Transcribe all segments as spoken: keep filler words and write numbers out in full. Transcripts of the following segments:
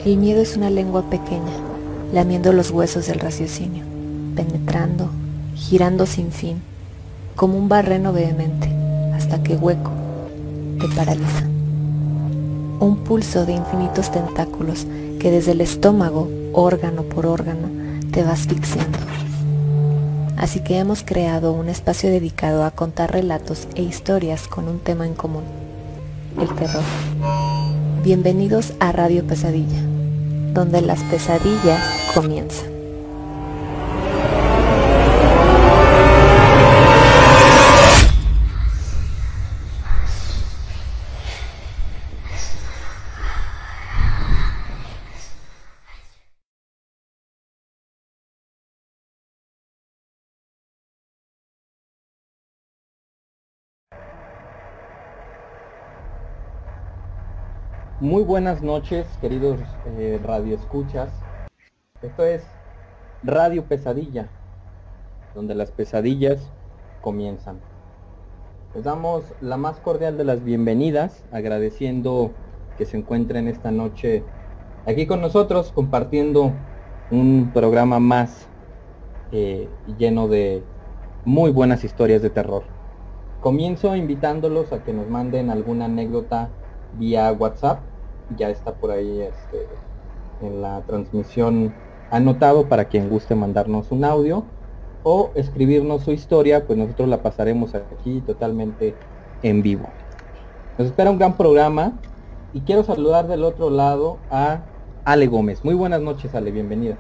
El miedo es una lengua pequeña, lamiendo los huesos del raciocinio, penetrando, girando sin fin, como un barreno vehemente, hasta que hueco, te paraliza. Un pulso de infinitos tentáculos que desde el estómago, órgano por órgano, te va asfixiando. Así que hemos creado un espacio dedicado a contar relatos e historias con un tema en común, el terror. Bienvenidos a Radio Pesadilla, donde las pesadillas comienzan. Muy buenas noches, queridos eh, radioescuchas. Esto es Radio Pesadilla, donde las pesadillas comienzan. Les damos la más cordial de las bienvenidas, agradeciendo que se encuentren esta noche aquí con nosotros, compartiendo un programa más eh, lleno de muy buenas historias de terror. Comienzo invitándolos a que nos manden alguna anécdota vía WhatsApp. Ya está por ahí este, en la transmisión anotado para quien guste mandarnos un audio o escribirnos su historia, pues nosotros la pasaremos aquí totalmente en vivo. Nos espera un gran programa y quiero saludar del otro lado a Ale Gómez. Muy buenas noches, Ale, bienvenida.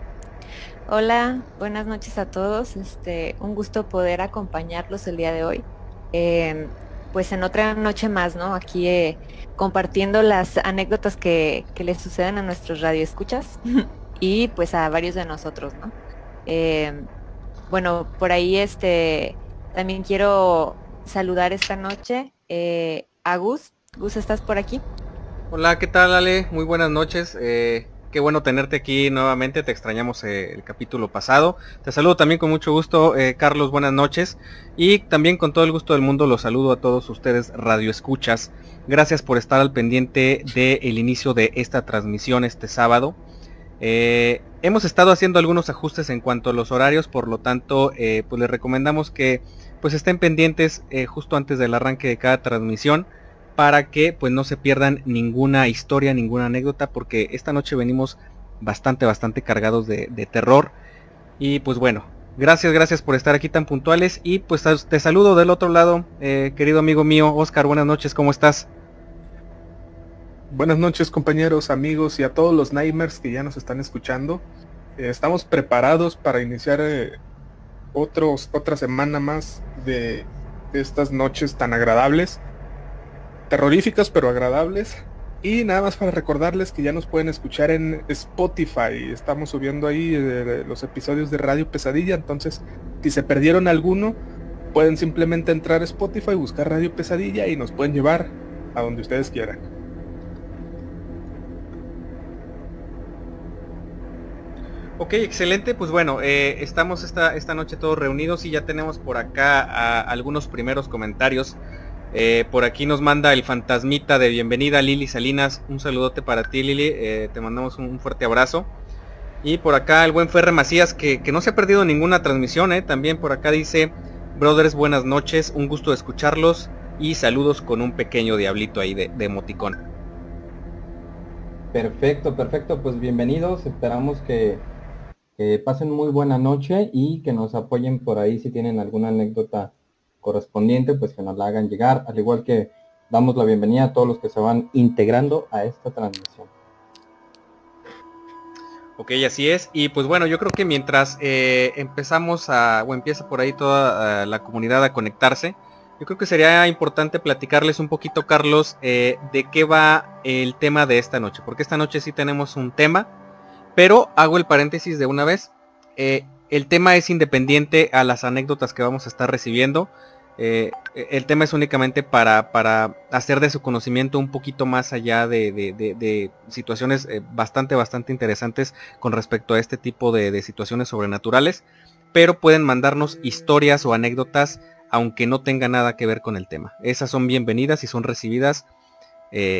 Hola, buenas noches a todos. Este, un gusto poder acompañarlos el día de hoy. Eh, pues en otra noche más, ¿no? Aquí eh, compartiendo las anécdotas que, que les suceden a nuestros radioescuchas y pues a varios de nosotros, ¿no? Eh, bueno, por ahí este también quiero saludar esta noche eh, a Gus. Gus, ¿estás por aquí? Hola, ¿qué tal, Ale? Muy buenas noches. Eh, qué bueno tenerte aquí nuevamente. Te extrañamos eh, el capítulo pasado. Te saludo también con mucho gusto, eh, Carlos. Buenas noches. Y también con todo el gusto del mundo los saludo a todos ustedes radioescuchas. Gracias por estar al pendiente del inicio de esta transmisión este sábado. Eh, hemos estado haciendo algunos ajustes en cuanto a los horarios, por lo tanto, eh, pues les recomendamos que pues estén pendientes eh, justo antes del arranque de cada transmisión, para que pues no se pierdan ninguna historia, ninguna anécdota, porque esta noche venimos bastante, bastante cargados de, de terror. Y pues bueno, gracias, gracias por estar aquí tan puntuales. Y pues te saludo del otro lado, eh, querido amigo mío, Oscar, buenas noches, ¿cómo estás? Buenas noches, compañeros, amigos y a todos los Nightmares que ya nos están escuchando. Eh, estamos preparados para iniciar eh, otros, otra semana más de, de estas noches tan agradables. Terroríficas pero agradables. Y nada más para recordarles que ya nos pueden escuchar en Spotify. Estamos subiendo ahí eh, los episodios de Radio Pesadilla. Entonces, si se perdieron alguno, pueden simplemente entrar a Spotify, buscar Radio Pesadilla y nos pueden llevar a donde ustedes quieran. Ok, excelente. Pues bueno, eh, estamos esta, esta noche todos reunidos y ya tenemos por acá a, algunos primeros comentarios. Eh, por aquí nos manda el fantasmita de bienvenida, Lili Salinas. Un saludote para ti, Lili. Eh, te mandamos un, un fuerte abrazo. Y por acá el buen Ferre Macías, que, que no se ha perdido ninguna transmisión. Eh. También por acá dice: brothers, buenas noches. Un gusto de escucharlos. Y saludos con un pequeño diablito ahí de, de emoticón. Perfecto, perfecto. Pues bienvenidos. Esperamos que, que pasen muy buena noche y que nos apoyen por ahí si tienen alguna anécdota correspondiente, pues que nos la hagan llegar, al igual que damos la bienvenida a todos los que se van integrando a esta transmisión. Ok, así es. Y pues bueno, yo creo que mientras eh, empezamos a, o empieza por ahí toda uh, la comunidad a conectarse, yo creo que sería importante platicarles un poquito, Carlos, eh, de qué va el tema de esta noche, porque esta noche sí tenemos un tema, pero hago el paréntesis de una vez. Eh, el tema es independiente a las anécdotas que vamos a estar recibiendo. Eh, el tema es únicamente para, para hacer de su conocimiento un poquito más allá de, de, de, de situaciones eh, bastante, bastante interesantes con respecto a este tipo de, de situaciones sobrenaturales, pero pueden mandarnos historias o anécdotas aunque no tenga nada que ver con el tema. Esas son bienvenidas y son recibidas eh,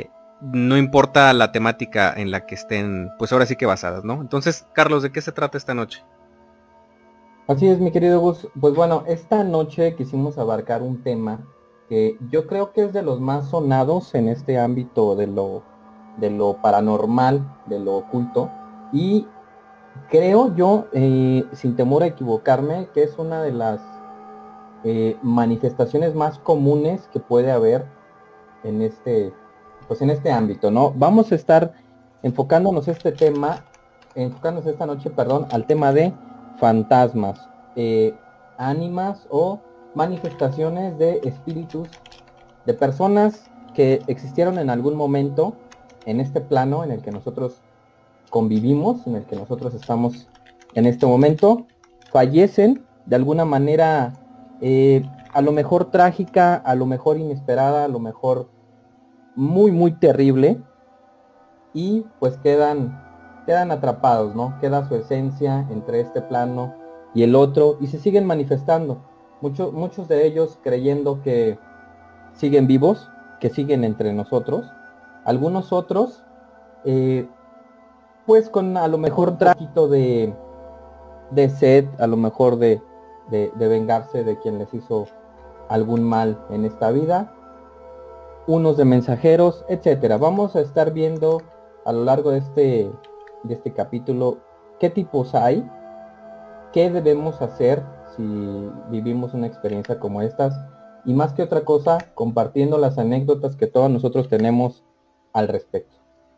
no importa la temática en la que estén, pues ahora sí que basadas, ¿no? Entonces, Carlos, ¿de qué se trata esta noche? Así es, mi querido Gus. Pues bueno, esta noche quisimos abarcar un tema que yo creo que es de los más sonados en este ámbito de lo, de lo paranormal, de lo oculto, y creo yo, eh, sin temor a equivocarme, que es una de las eh, manifestaciones más comunes que puede haber en este, pues en este ámbito, ¿no? Vamos a estar enfocándonos este tema, enfocándonos esta noche, perdón, al tema de fantasmas, eh, ánimas o manifestaciones de espíritus de personas que existieron en algún momento en este plano en el que nosotros convivimos, en el que nosotros estamos en este momento, fallecen de alguna manera, eh, a lo mejor trágica, a lo mejor inesperada, a lo mejor muy muy terrible, y pues quedan quedan atrapados, ¿no? Queda su esencia entre este plano y el otro, y se siguen manifestando. Muchos muchos de ellos creyendo que siguen vivos, que siguen entre nosotros. Algunos otros, eh, pues con a lo mejor un poquito de, de sed, a lo mejor de, de, de vengarse de quien les hizo algún mal en esta vida. Unos de mensajeros, etcétera. Vamos a estar viendo a lo largo de este de este capítulo qué tipos hay, qué debemos hacer si vivimos una experiencia como estas, y más que otra cosa, compartiendo las anécdotas que todos nosotros tenemos al respecto.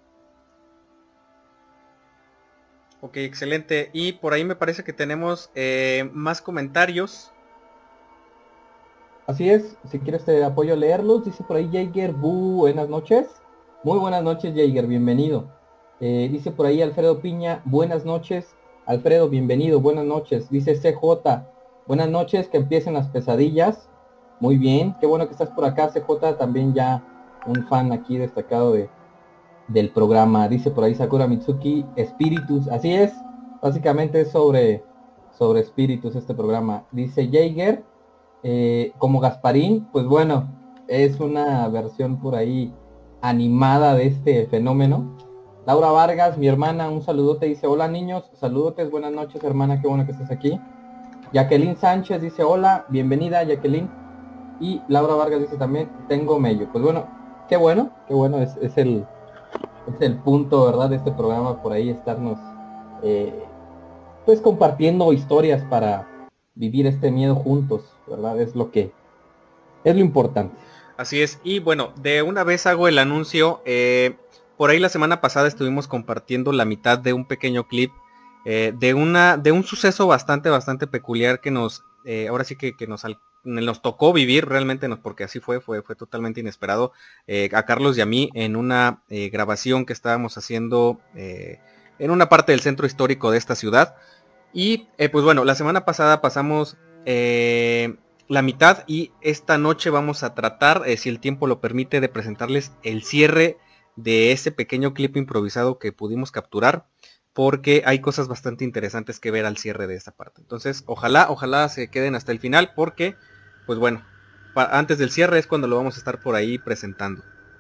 Ok, excelente. Y por ahí me parece que tenemos eh, más comentarios. Así es, si quieres te apoyo a leerlos. Dice por ahí Jaeger, bu, buenas noches. Muy buenas noches, Jaeger, bienvenido. Eh, dice por ahí Alfredo Piña, buenas noches. Alfredo, bienvenido, buenas noches. Dice C J, buenas noches, que empiecen las pesadillas. Muy bien, qué bueno que estás por acá, C J, también ya un fan aquí destacado de, del programa. Dice por ahí Sakura Mitsuki, espíritus, así es, básicamente es sobre, sobre espíritus este programa. Dice Jaeger, eh, como Gasparín, pues bueno, es una versión por ahí animada de este fenómeno. Laura Vargas, mi hermana, un saludote, dice hola niños, saludotes, buenas noches hermana, qué bueno que estés aquí. Jacqueline Sánchez dice hola, bienvenida Jacqueline. Y Laura Vargas dice también, tengo mello. Pues bueno, qué bueno, qué bueno, es, es el es el punto, ¿verdad?, de este programa, por ahí estarnos eh, pues compartiendo historias para vivir este miedo juntos, ¿verdad? Es lo que es lo importante. Así es, y bueno, de una vez hago el anuncio. eh, por ahí la semana pasada estuvimos compartiendo la mitad de un pequeño clip eh, de una de un suceso bastante bastante peculiar que nos eh, ahora sí que, que nos nos tocó vivir realmente, no, porque así fue fue fue totalmente inesperado, eh, a Carlos y a mí en una eh, grabación que estábamos haciendo eh, en una parte del centro histórico de esta ciudad. Y eh, pues bueno, la semana pasada pasamos eh, la mitad, y esta noche vamos a tratar, eh, si el tiempo lo permite, de presentarles el cierre de ese pequeño clip improvisado que pudimos capturar, porque hay cosas bastante interesantes que ver al cierre de esta parte. Entonces, ojalá, ojalá se queden hasta el final, porque, pues bueno, antes del cierre es cuando lo vamos a estar por ahí presentando.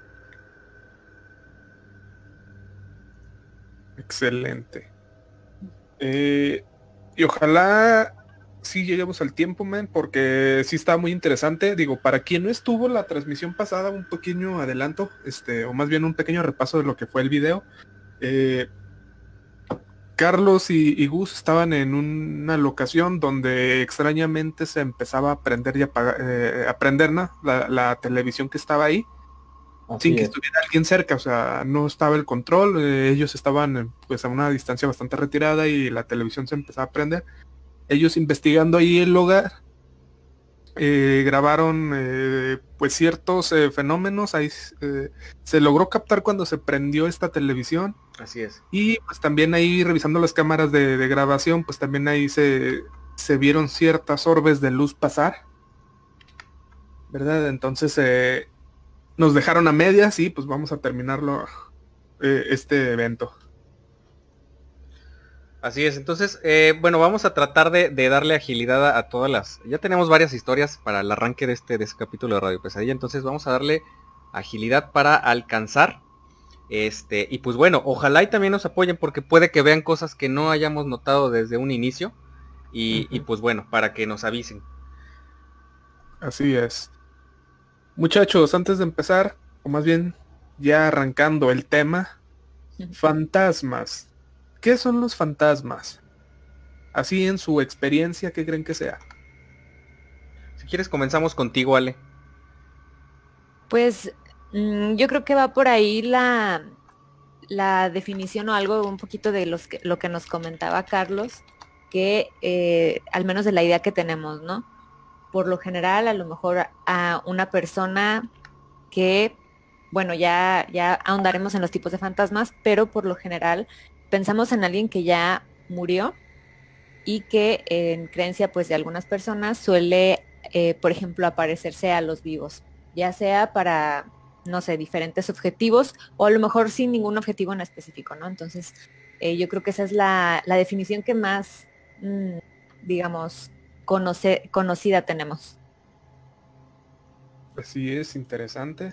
Excelente. Eh, y ojalá sí lleguemos al tiempo, man, porque sí está muy interesante. Digo, para quien no estuvo la transmisión pasada, un pequeño adelanto, este, o más bien un pequeño repaso de lo que fue el video. Eh, Carlos y, y Gus estaban en una locación donde extrañamente se empezaba a prender y apagar, eh, a prender, ¿no?, la, la televisión que estaba ahí. Así sin que es. estuviera alguien cerca, o sea, no estaba el control, eh, ellos estaban eh, pues a una distancia bastante retirada y la televisión se empezaba a prender. Ellos investigando ahí el lugar, eh, grabaron eh, pues ciertos eh, fenómenos, ahí eh, se logró captar cuando se prendió esta televisión. Así es. Y pues también ahí revisando las cámaras de, de grabación, pues también ahí se, se vieron ciertas orbes de luz pasar, ¿verdad? Entonces eh, nos dejaron a medias y pues vamos a terminarlo eh, este evento. Así es, entonces, eh, bueno, vamos a tratar de, de darle agilidad a, a todas las... Ya tenemos varias historias para el arranque de este, de este capítulo de Radio Pesadilla, entonces vamos a darle agilidad para alcanzar Este, y pues bueno, ojalá y también nos apoyen porque puede que vean cosas que no hayamos notado desde un inicio. Y, uh-huh. y pues bueno, para que nos avisen. Así es. Muchachos, antes de empezar, o más bien ya arrancando el tema, fantasmas. ¿Qué son los fantasmas? Así en su experiencia, ¿qué creen que sea? Si quieres comenzamos contigo, Ale. Pues mmm, yo creo que va por ahí la, la definición o algo un poquito de los que, lo que nos comentaba Carlos, que eh, al menos de la idea que tenemos, ¿no? Por lo general, a lo mejor a una persona que, bueno, ya, ya ahondaremos en los tipos de fantasmas, pero por lo general pensamos en alguien que ya murió y que en creencia pues de algunas personas suele, eh, por ejemplo, aparecerse a los vivos, ya sea para, no sé, diferentes objetivos o a lo mejor sin ningún objetivo en específico, ¿no? Entonces, eh, yo creo que esa es la, la definición que más, mmm, digamos, conoce, conocida tenemos. Así es, interesante.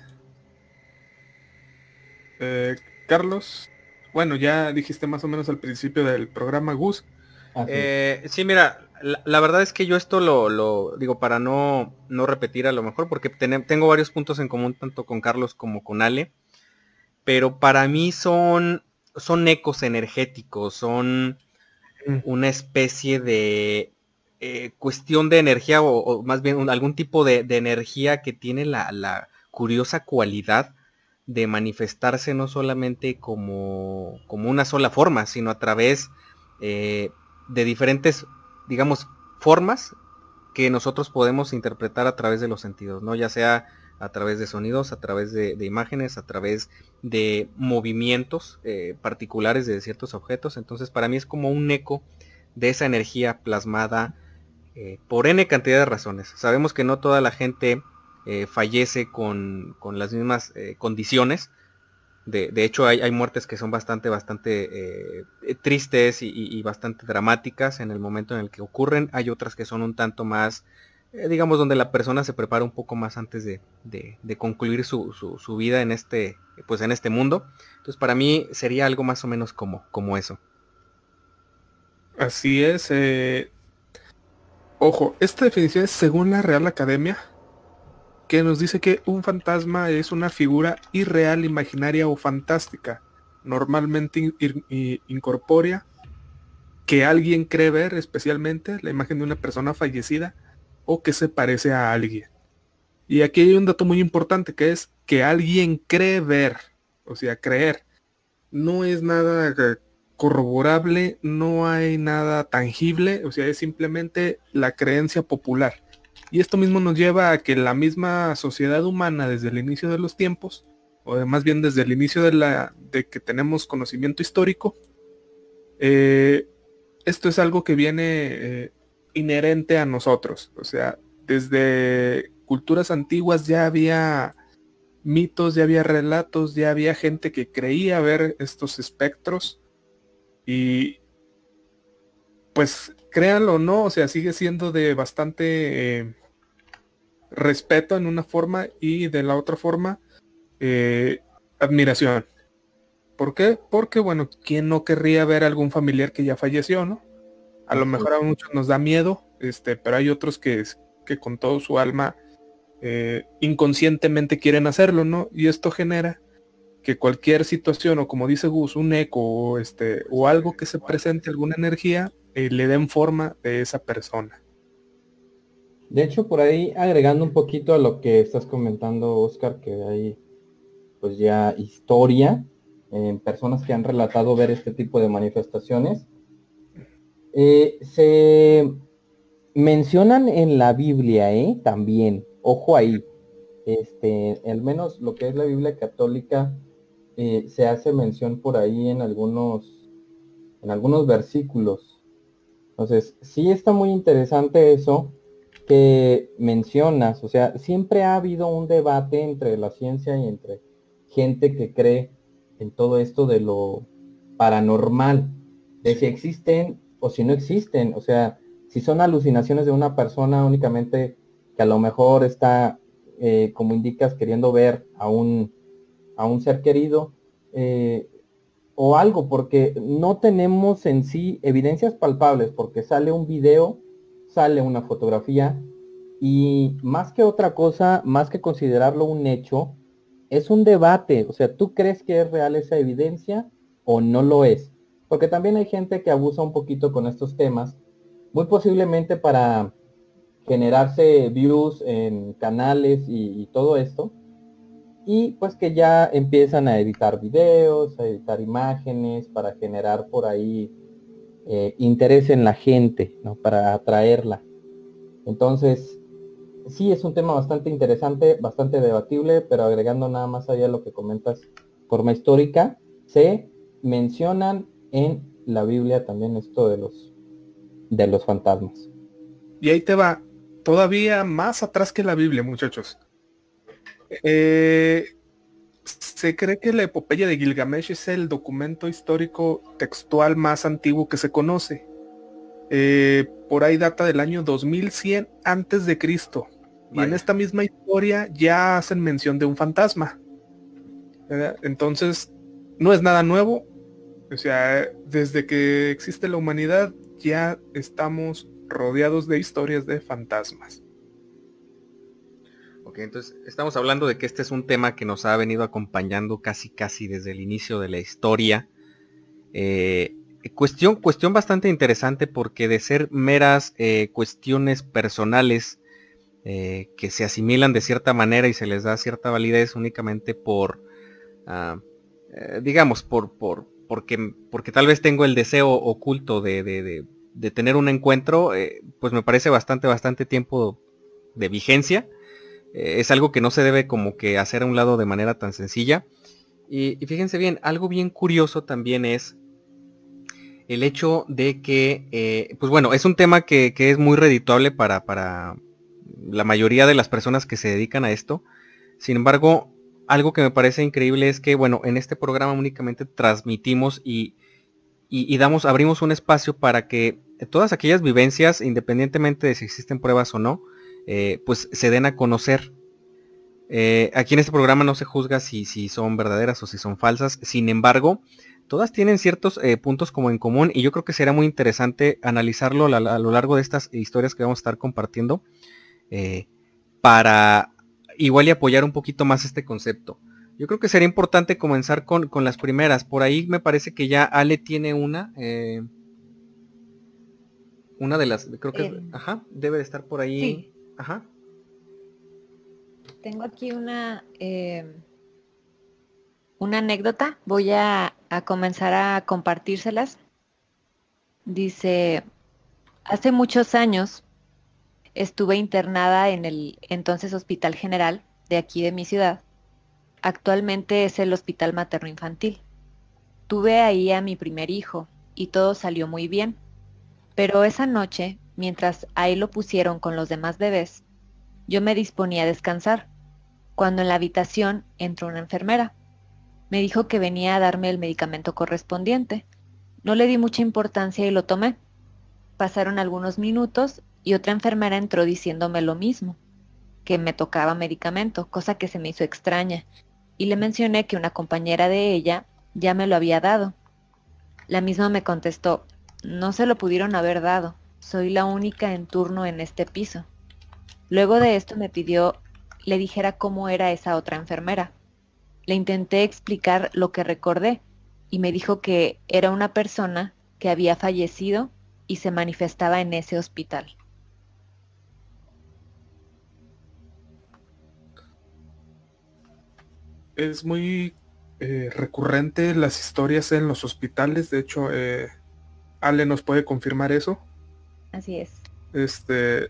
Eh, Carlos, bueno, ya dijiste más o menos al principio del programa, Gus. Eh, sí, mira, la, la verdad es que yo esto lo, lo digo para no, no repetir a lo mejor, porque ten, tengo varios puntos en común tanto con Carlos como con Ale, pero para mí son, son ecos energéticos, son mm. una especie de eh, cuestión de energía o, o más bien un, algún tipo de, de energía que tiene la, la curiosa cualidad de manifestarse no solamente como, como una sola forma, sino a través eh, de diferentes, digamos, formas que nosotros podemos interpretar a través de los sentidos, ¿no? Ya sea a través de sonidos, a través de, de imágenes, a través de movimientos eh, particulares de ciertos objetos. Entonces para mí es como un eco de esa energía plasmada eh, por N cantidad de razones. Sabemos que no toda la gente eh, fallece con, con las mismas eh, condiciones. De, de hecho hay, hay muertes que son bastante, bastante eh, tristes y, y, y bastante dramáticas en el momento en el que ocurren. Hay otras que son un tanto más, eh, digamos, donde la persona se prepara un poco más antes de, de, de concluir su, su, su vida en este, pues en este mundo. Entonces para mí sería algo más o menos como, como eso. Así es. Eh... Ojo, esta definición es según la Real Academia, que nos dice que un fantasma es una figura irreal, imaginaria o fantástica, normalmente in- in- incorpórea, que alguien cree ver, especialmente la imagen de una persona fallecida o que se parece a alguien. Y aquí hay un dato muy importante, que es que alguien cree ver, o sea, creer. No es nada corroborable, no hay nada tangible, o sea, es simplemente la creencia popular. Y esto mismo nos lleva a que la misma sociedad humana desde el inicio de los tiempos, o más bien desde el inicio de, la, de que tenemos conocimiento histórico, eh, esto es algo que viene eh, inherente a nosotros. O sea, desde culturas antiguas ya había mitos, ya había relatos, ya había gente que creía ver estos espectros. Y pues créanlo o no, o sea, sigue siendo de bastante... Eh, respeto en una forma y de la otra forma eh, admiración. ¿Por qué? Porque bueno, ¿quién no querría ver a algún familiar que ya falleció, no? A lo mejor a muchos nos da miedo, este, pero hay otros que, que con todo su alma eh, inconscientemente quieren hacerlo, ¿no? Y esto genera que cualquier situación, o como dice Gus, un eco o, este, o algo que se presente, alguna energía, eh, le den forma de esa persona. De hecho, por ahí agregando un poquito a lo que estás comentando, Oscar, que hay pues ya historia en personas que han relatado ver este tipo de manifestaciones. Eh, se mencionan en la Biblia, ¿eh? También, ojo ahí, este, al menos lo que es la Biblia católica, eh, se hace mención por ahí en algunos, en algunos versículos. Entonces, sí está muy interesante eso que mencionas, o sea, siempre ha habido un debate entre la ciencia y entre gente que cree en todo esto de lo paranormal, de si existen o si no existen, o sea, si son alucinaciones de una persona únicamente que a lo mejor está, eh, como indicas, queriendo ver a un, a un ser querido, eh, o algo, porque no tenemos en sí evidencias palpables, porque sale un video, sale una fotografía, y más que otra cosa, más que considerarlo un hecho, es un debate. O sea, ¿tú crees que es real esa evidencia o no lo es? Porque también hay gente que abusa un poquito con estos temas, muy posiblemente para generarse views en canales y, y todo esto, y pues que ya empiezan a editar videos, a editar imágenes para generar por ahí eh, interés en la gente, ¿no? Para atraerla. Entonces, sí, es un tema bastante interesante, bastante debatible, pero agregando nada más allá lo que comentas, forma histórica, se mencionan en la Biblia también esto de los de los fantasmas. Y ahí te va, todavía más atrás que la Biblia, muchachos. Eh, se cree que la epopeya de Gilgamesh es el documento histórico textual más antiguo que se conoce. Eh, por ahí data del año dos mil cien antes de Cristo. Y en esta misma historia ya hacen mención de un fantasma, ¿verdad? Entonces, no es nada nuevo. O sea, desde que existe la humanidad ya estamos rodeados de historias de fantasmas. Ok, entonces estamos hablando de que este es un tema que nos ha venido acompañando casi casi desde el inicio de la historia. Eh, cuestión, cuestión bastante interesante, porque de ser meras eh, cuestiones personales eh, que se asimilan de cierta manera y se les da cierta validez únicamente por, uh, eh, digamos, por, por porque, porque tal vez tengo el deseo oculto de, de, de, de tener un encuentro, eh, pues me parece bastante, bastante tiempo de vigencia. Eh, es algo que no se debe como que hacer a un lado de manera tan sencilla. Y, y fíjense bien, algo bien curioso también es el hecho de que, eh, pues bueno, es un tema que, que es muy redituable para, para la mayoría de las personas que se dedican a esto. Sin embargo, algo que me parece increíble es que, bueno, en este programa únicamente transmitimos y, y, y damos, abrimos un espacio para que todas aquellas vivencias, independientemente de si existen pruebas o no, eh, pues se den a conocer. Eh, aquí en este programa no se juzga si, si son verdaderas o si son falsas. Sin embargo, todas tienen ciertos eh, puntos como en común, y yo creo que será muy interesante analizarlo a, a lo largo de estas historias que vamos a estar compartiendo, eh, para igual y apoyar un poquito más este concepto. Yo creo que sería importante comenzar con, con las primeras. Por ahí me parece que ya Ale tiene una. Eh, una de las, creo que, eh, ajá, debe de estar por ahí. Sí. Ajá. Tengo aquí una, eh, una anécdota. Voy a, a comenzar a compartírselas. Dice, hace muchos años estuve internada en el entonces Hospital General de aquí de mi ciudad. Actualmente es el Hospital Materno Infantil. Tuve ahí a mi primer hijo y todo salió muy bien. Pero esa noche, mientras ahí lo pusieron con los demás bebés, yo me disponía a descansar, cuando en la habitación entró una enfermera. Me dijo que venía a darme el medicamento correspondiente. No le di mucha importancia y lo tomé. Pasaron algunos minutos y otra enfermera entró diciéndome lo mismo, que me tocaba medicamento, cosa que se me hizo extraña, y le mencioné que una compañera de ella ya me lo había dado. La misma me contestó, no se lo pudieron haber dado, soy la única en turno en este piso. Luego de esto me pidió le dijera cómo era esa otra enfermera. Le intenté explicar lo que recordé y me dijo que era una persona que había fallecido y se manifestaba en ese hospital. Es muy eh, recurrente las historias en los hospitales. De hecho, eh, Ale nos puede confirmar eso. Así es. Este...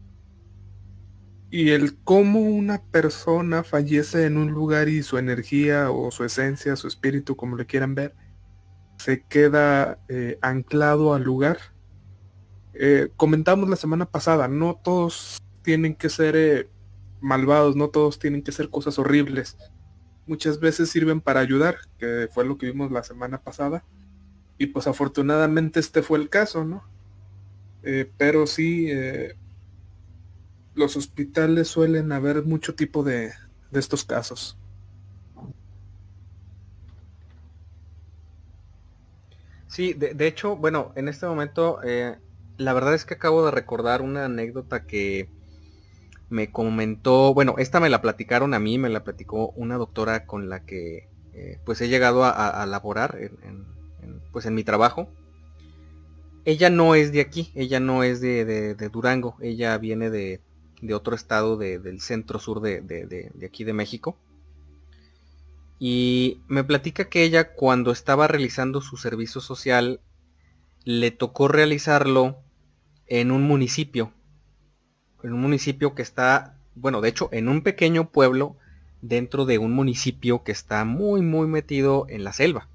Y el cómo una persona fallece en un lugar y su energía o su esencia, su espíritu, como le quieran ver, se queda eh, anclado al lugar. Eh, comentamos la semana pasada, no todos tienen que ser eh, malvados, no todos tienen que ser cosas horribles. Muchas veces sirven para ayudar, que fue lo que vimos la semana pasada. Y pues afortunadamente este fue el caso, ¿no? Eh, pero sí... Eh, los hospitales suelen haber mucho tipo de, de estos casos. Sí, de, de hecho, bueno, en este momento, eh, la verdad es que acabo de recordar una anécdota que me comentó, bueno, esta me la platicaron a mí, me la platicó una doctora con la que eh, pues he llegado a, a, a laborar en, en, en, pues en mi trabajo. Ella no es de aquí, ella no es de, de, de Durango, ella viene de, de otro estado de, del centro sur de, de, de, de aquí de México. Y me platica que ella, cuando estaba realizando su servicio social, le tocó realizarlo en un municipio. En un municipio que está, bueno, de hecho, en un pequeño pueblo dentro de un municipio que está muy, muy metido en la selva.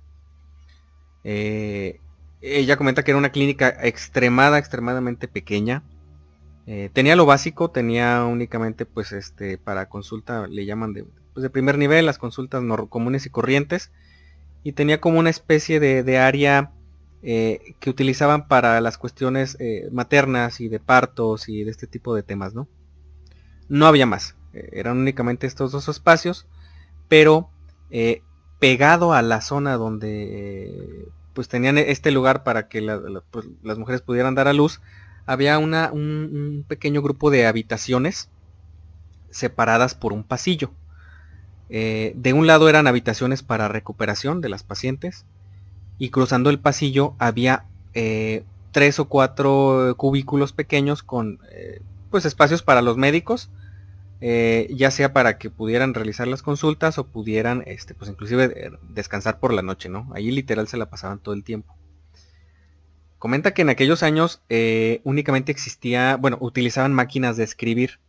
Eh, ella comenta que era una clínica extremada, extremadamente pequeña. Eh, tenía lo básico, tenía únicamente, pues, este, para consulta, le llaman de, pues, de primer nivel, las consultas no, comunes y corrientes. Y tenía como una especie de, de área eh, que utilizaban para las cuestiones eh, maternas y de partos y de este tipo de temas, ¿no? No había más, eh, eran únicamente estos dos espacios, pero eh, pegado a la zona donde eh, pues tenían este lugar para que la, la, pues, las mujeres pudieran dar a luz, había una, un, un pequeño grupo de habitaciones separadas por un pasillo. Eh, de un lado eran habitaciones para recuperación de las pacientes y cruzando el pasillo había eh, tres o cuatro cubículos pequeños con eh, pues espacios para los médicos, eh, ya sea para que pudieran realizar las consultas o pudieran este, pues inclusive descansar por la noche, ¿no? Ahí literal se la pasaban todo el tiempo. Comenta que en aquellos años eh, únicamente existía, bueno, utilizaban máquinas de escribir.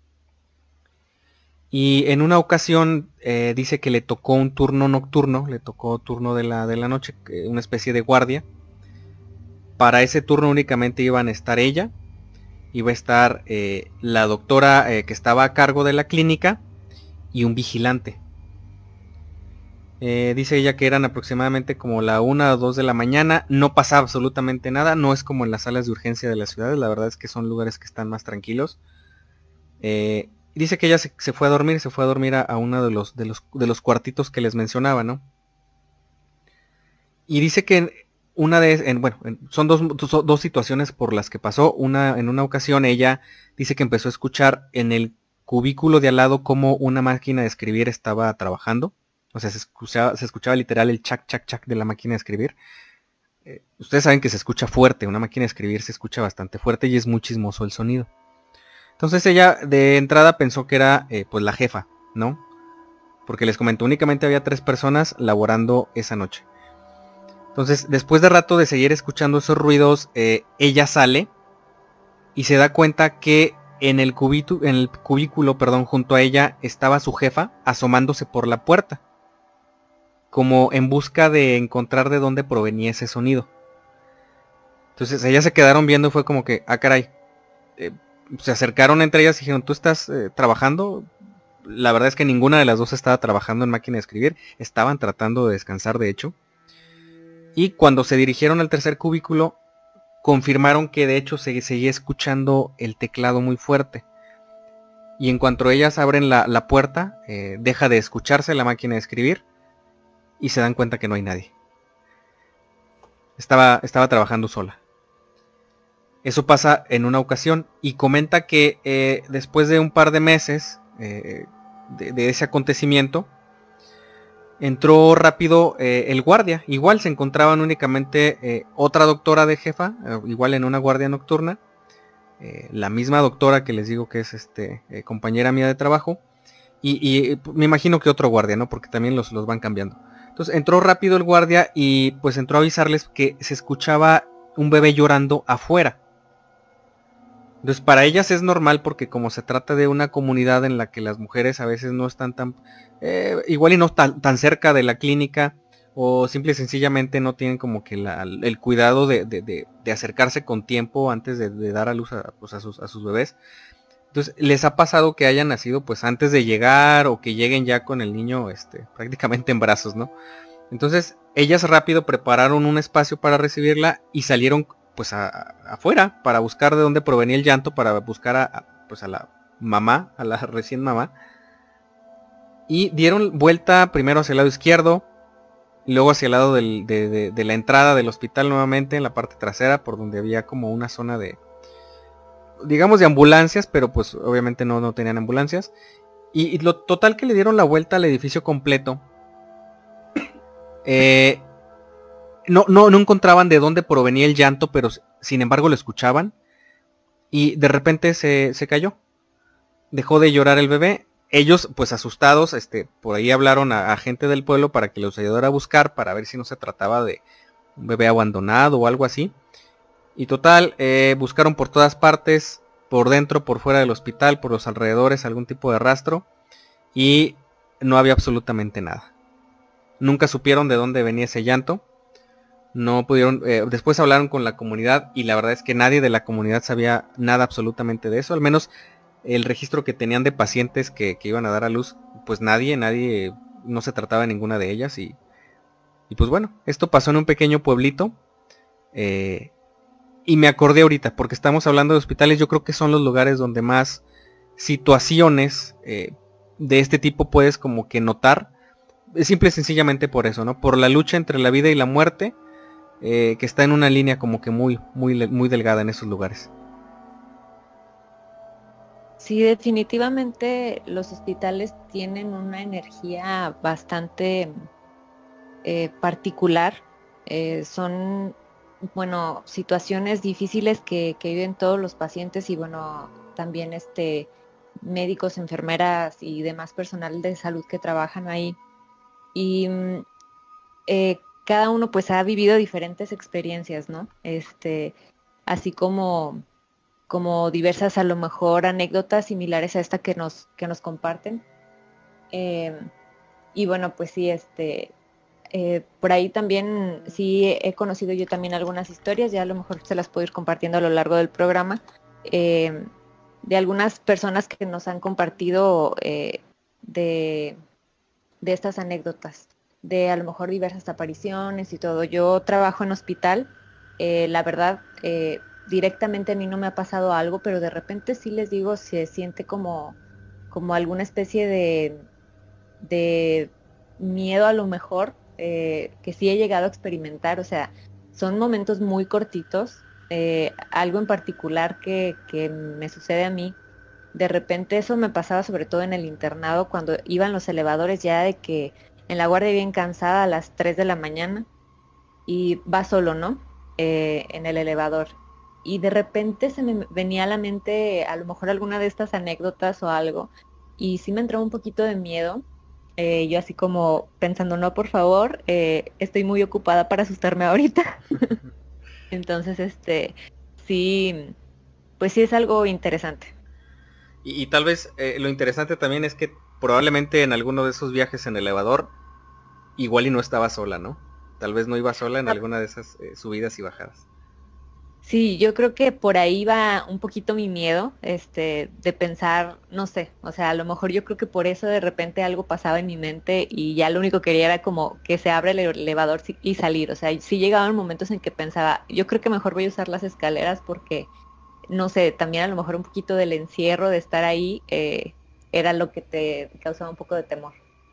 Y en una ocasión eh, dice que le tocó un turno nocturno, le tocó turno de la, de la noche, una especie de guardia. Para ese turno únicamente iban a estar ella, iba a estar eh, la doctora eh, que estaba a cargo de la clínica y un vigilante. Eh, dice ella que eran aproximadamente como la una o dos de la mañana, no pasaba absolutamente nada, no es como en las salas de urgencia de las ciudades, la verdad es que son lugares que están más tranquilos. Eh, Dice que ella se, se fue a dormir, se fue a dormir a, a uno de los, de, los, de los cuartitos que les mencionaba, ¿no? Y dice que en una de, en, bueno, en, son dos, dos, dos situaciones por las que pasó. Una, en una ocasión ella dice que empezó a escuchar en el cubículo de al lado como una máquina de escribir estaba trabajando. O sea, se escuchaba, se escuchaba literal el chac, chac, chac de la máquina de escribir. Eh, ustedes saben que se escucha fuerte, una máquina de escribir se escucha bastante fuerte y es muy chismoso el sonido. Entonces ella de entrada pensó que era eh, pues la jefa, ¿no? Porque les comento, únicamente había tres personas laborando esa noche. Entonces, después de rato de seguir escuchando esos ruidos, eh, ella sale y se da cuenta que en el, cubitu, en el cubículo, perdón, junto a ella estaba su jefa asomándose por la puerta, como en busca de encontrar de dónde provenía ese sonido. Entonces ellas se quedaron viendo y fue como que, ah caray, eh, se acercaron entre ellas y dijeron, ¿tú estás eh, trabajando? La verdad es que ninguna de las dos estaba trabajando en máquina de escribir, estaban tratando de descansar de hecho. Y cuando se dirigieron al tercer cubículo, confirmaron que de hecho se seguía escuchando el teclado muy fuerte. Y en cuanto ellas abren la, la puerta, eh, deja de escucharse la máquina de escribir y se dan cuenta que no hay nadie. Estaba, estaba trabajando sola. Eso pasa en una ocasión y comenta que eh, después de un par de meses eh, de, de ese acontecimiento, entró rápido eh, el guardia. Igual se encontraban únicamente eh, otra doctora de jefa, eh, igual en una guardia nocturna, eh, la misma doctora que les digo que es este eh, compañera mía de trabajo, y, y me imagino que otro guardia, ¿no? Porque también los, los van cambiando. Entonces entró rápido el guardia y pues entró a avisarles que se escuchaba un bebé llorando afuera. Entonces para ellas es normal porque como se trata de una comunidad en la que las mujeres a veces no están tan, eh, igual y no tan, tan cerca de la clínica o simple y sencillamente no tienen como que la, el cuidado de, de, de, de acercarse con tiempo antes de, de dar a luz a, pues a, sus, a sus bebés. Entonces les ha pasado que hayan nacido pues antes de llegar o que lleguen ya con el niño este, prácticamente en brazos, ¿no? Entonces ellas rápido prepararon un espacio para recibirla y salieron pues a, a, afuera para buscar de dónde provenía el llanto, para buscar a, a, pues a la mamá, a la recién mamá. Y dieron vuelta primero hacia el lado izquierdo, y luego hacia el lado del, de, de, de la entrada del hospital nuevamente, en la parte trasera, por donde había como una zona de, digamos, de ambulancias, pero pues obviamente no, no tenían ambulancias. Y, y lo total que le dieron la vuelta al edificio completo. Eh, no, no, no encontraban de dónde provenía el llanto, pero sin embargo lo escuchaban. Y de repente se, se cayó. Dejó de llorar el bebé. Ellos, pues asustados, este, por ahí hablaron a, a gente del pueblo para que los ayudara a buscar, para ver si no se trataba de un bebé abandonado o algo así. Y total, eh, buscaron por todas partes, por dentro, por fuera del hospital, por los alrededores, algún tipo de rastro. Y no había absolutamente nada. Nunca supieron de dónde venía ese llanto. No pudieron, eh, después hablaron con la comunidad y la verdad es que nadie de la comunidad sabía nada absolutamente de eso. Al menos el registro que tenían de pacientes que, que iban a dar a luz, pues nadie, nadie, no se trataba de ninguna de ellas. Y, y pues bueno, esto pasó en un pequeño pueblito. Eh, y me acordé ahorita, porque estamos hablando de hospitales, yo creo que son los lugares donde más situaciones eh, de este tipo puedes como que notar. Simple y sencillamente por eso, ¿no? Por la lucha entre la vida y la muerte, eh, que está en una línea como que muy, muy, muy delgada en esos lugares. Sí, definitivamente los hospitales tienen una energía bastante eh, particular. Eh, son, bueno, situaciones difíciles que, que viven todos los pacientes y, bueno, también este, médicos, enfermeras y demás personal de salud que trabajan ahí. Y eh, cada uno pues ha vivido diferentes experiencias, ¿no? Este, así como... como diversas a lo mejor anécdotas similares a esta que nos, que nos comparten. Eh, y bueno, pues sí, este, eh, por ahí también sí he conocido yo también algunas historias, ya a lo mejor se las puedo ir compartiendo a lo largo del programa, eh, de algunas personas que nos han compartido eh, de, de estas anécdotas, de a lo mejor diversas apariciones y todo. Yo trabajo en hospital, eh, la verdad, eh, directamente a mí no me ha pasado algo, pero de repente sí les digo, se siente como, como alguna especie de, de miedo a lo mejor, eh, que sí he llegado a experimentar. O sea, son momentos muy cortitos, eh, algo en particular que, que me sucede a mí. De repente eso me pasaba sobre todo en el internado, cuando iban los elevadores ya de que en la guardia bien cansada a las tres de la mañana y va solo, ¿no? Eh, en el elevador. Y de repente se me venía a la mente a lo mejor alguna de estas anécdotas o algo, y sí me entró un poquito de miedo, eh, yo así como pensando, no, por favor, eh, estoy muy ocupada para asustarme ahorita. Entonces, este, sí, pues sí es algo interesante. Y, y tal vez eh, lo interesante también es que probablemente en alguno de esos viajes en elevador, igual y no estaba sola, ¿no? Tal vez no iba sola en alguna de esas eh, subidas y bajadas. Sí, yo creo que por ahí va un poquito mi miedo, este, de pensar, no sé, o sea, a lo mejor yo creo que por eso de repente algo pasaba en mi mente y ya lo único que quería era como que se abra el elevador y salir. O sea, sí llegaban momentos en que pensaba, yo creo que mejor voy a usar las escaleras porque, no sé, también a lo mejor un poquito del encierro de estar ahí eh, era lo que te causaba un poco de temor.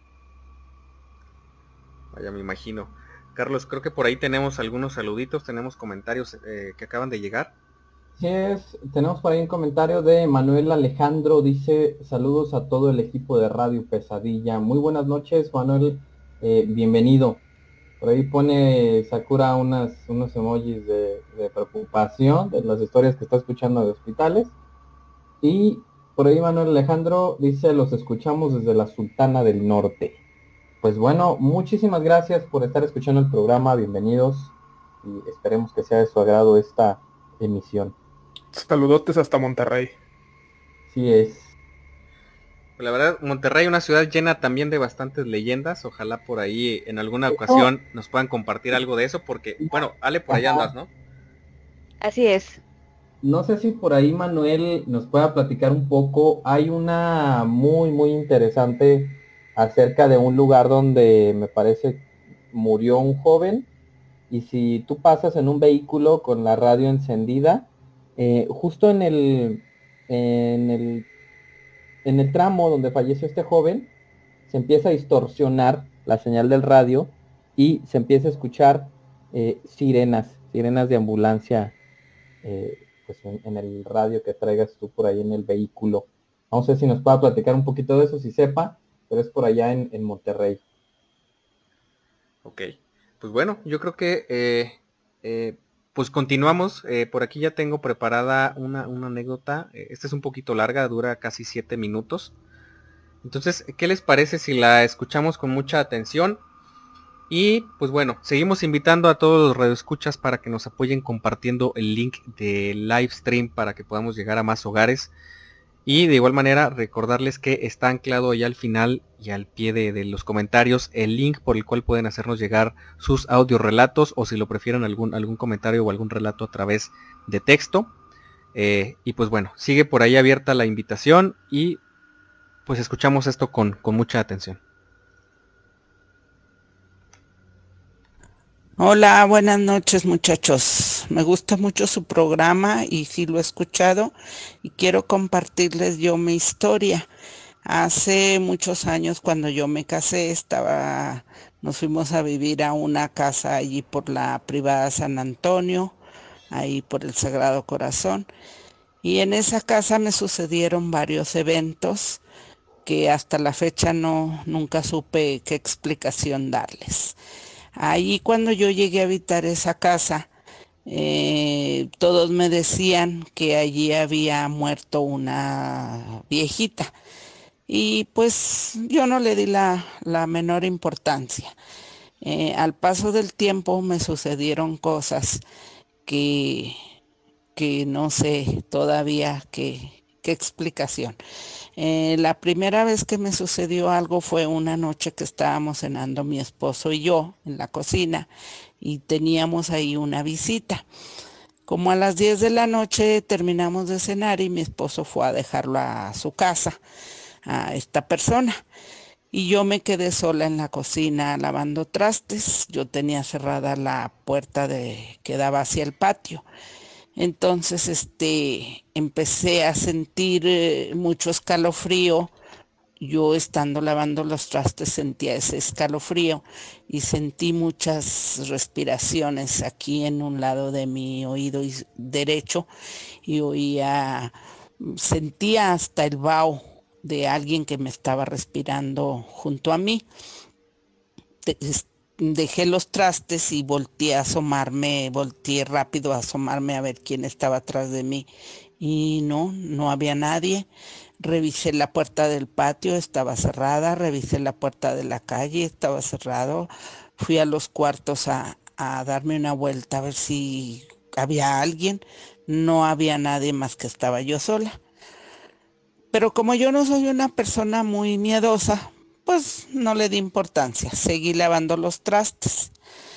Vaya, me imagino. Carlos, creo que por ahí tenemos algunos saluditos, tenemos comentarios eh, que acaban de llegar. Sí es, tenemos por ahí un comentario de Manuel Alejandro, dice, saludos a todo el equipo de Radio Pesadilla. Muy buenas noches, Manuel, eh, bienvenido. Por ahí pone Sakura unas, unos emojis de, de preocupación de las historias que está escuchando de hospitales. Y por ahí Manuel Alejandro dice, los escuchamos desde la Sultana del Norte. Pues bueno, muchísimas gracias por estar escuchando el programa, bienvenidos y esperemos que sea de su agrado esta emisión. Saludotes hasta Monterrey. Sí es. La verdad, Monterrey es una ciudad llena también de bastantes leyendas, ojalá por ahí en alguna ocasión nos puedan compartir algo de eso, porque, bueno, Ale, por allá andas, ¿no? Así es. No sé si por ahí Manuel nos pueda platicar un poco, hay una muy muy interesante acerca de un lugar donde me parece murió un joven y si tú pasas en un vehículo con la radio encendida, eh, justo en el, en el en el tramo donde falleció este joven, se empieza a distorsionar la señal del radio y se empieza a escuchar eh, sirenas, sirenas de ambulancia, eh, pues en, en el radio que traigas tú por ahí en el vehículo. No sé si nos pueda platicar un poquito de eso, si sepa, pero es por allá en, en Monterrey. Ok, pues bueno, yo creo que eh, eh, pues continuamos. Eh, por aquí ya tengo preparada una, una anécdota. Eh, esta es un poquito larga, dura casi siete minutos. Entonces, ¿qué les parece si la escuchamos con mucha atención? Y pues bueno, seguimos invitando a todos los radioescuchas para que nos apoyen compartiendo el link de live stream para que podamos llegar a más hogares. Y de igual manera recordarles que está anclado ya al final y al pie de, de los comentarios el link por el cual pueden hacernos llegar sus audio relatos, o si lo prefieren algún, algún comentario o algún relato a través de texto. Eh, y pues bueno, sigue por ahí abierta la invitación y pues escuchamos esto con, con mucha atención. Hola, buenas noches muchachos. Me gusta mucho su programa y sí lo he escuchado y quiero compartirles yo mi historia. Hace muchos años cuando yo me casé estaba, nos fuimos a vivir a una casa allí por la privada San Antonio, ahí por el Sagrado Corazón. Y en esa casa me sucedieron varios eventos que hasta la fecha no, nunca supe qué explicación darles. Ahí cuando yo llegué a habitar esa casa, eh, todos me decían que allí había muerto una viejita. Y pues yo no le di la, la menor importancia. Eh, al paso del tiempo me sucedieron cosas que, que no sé todavía qué, qué explicación. Eh, la primera vez que me sucedió algo fue una noche que estábamos cenando mi esposo y yo en la cocina y teníamos ahí una visita. Como a las diez de la noche terminamos de cenar y mi esposo fue a dejarlo a su casa, a esta persona. Y yo me quedé sola en la cocina lavando trastes. Yo tenía cerrada la puerta de, que daba hacia el patio. Entonces, este, empecé a sentir eh, mucho escalofrío. Yo estando lavando los trastes sentía ese escalofrío y sentí muchas respiraciones aquí en un lado de mi oído derecho y oía, sentía hasta el vaho de alguien que me estaba respirando junto a mí. Dejé los trastes y volteé a asomarme, volteé rápido a asomarme a ver quién estaba atrás de mí. Y no, no había nadie. Revisé la puerta del patio, estaba cerrada. Revisé la puerta de la calle, estaba cerrado. Fui a los cuartos a, a darme una vuelta a ver si había alguien. No había nadie más que estaba yo sola. Pero como yo no soy una persona muy miedosa, pues no le di importancia, seguí lavando los trastes.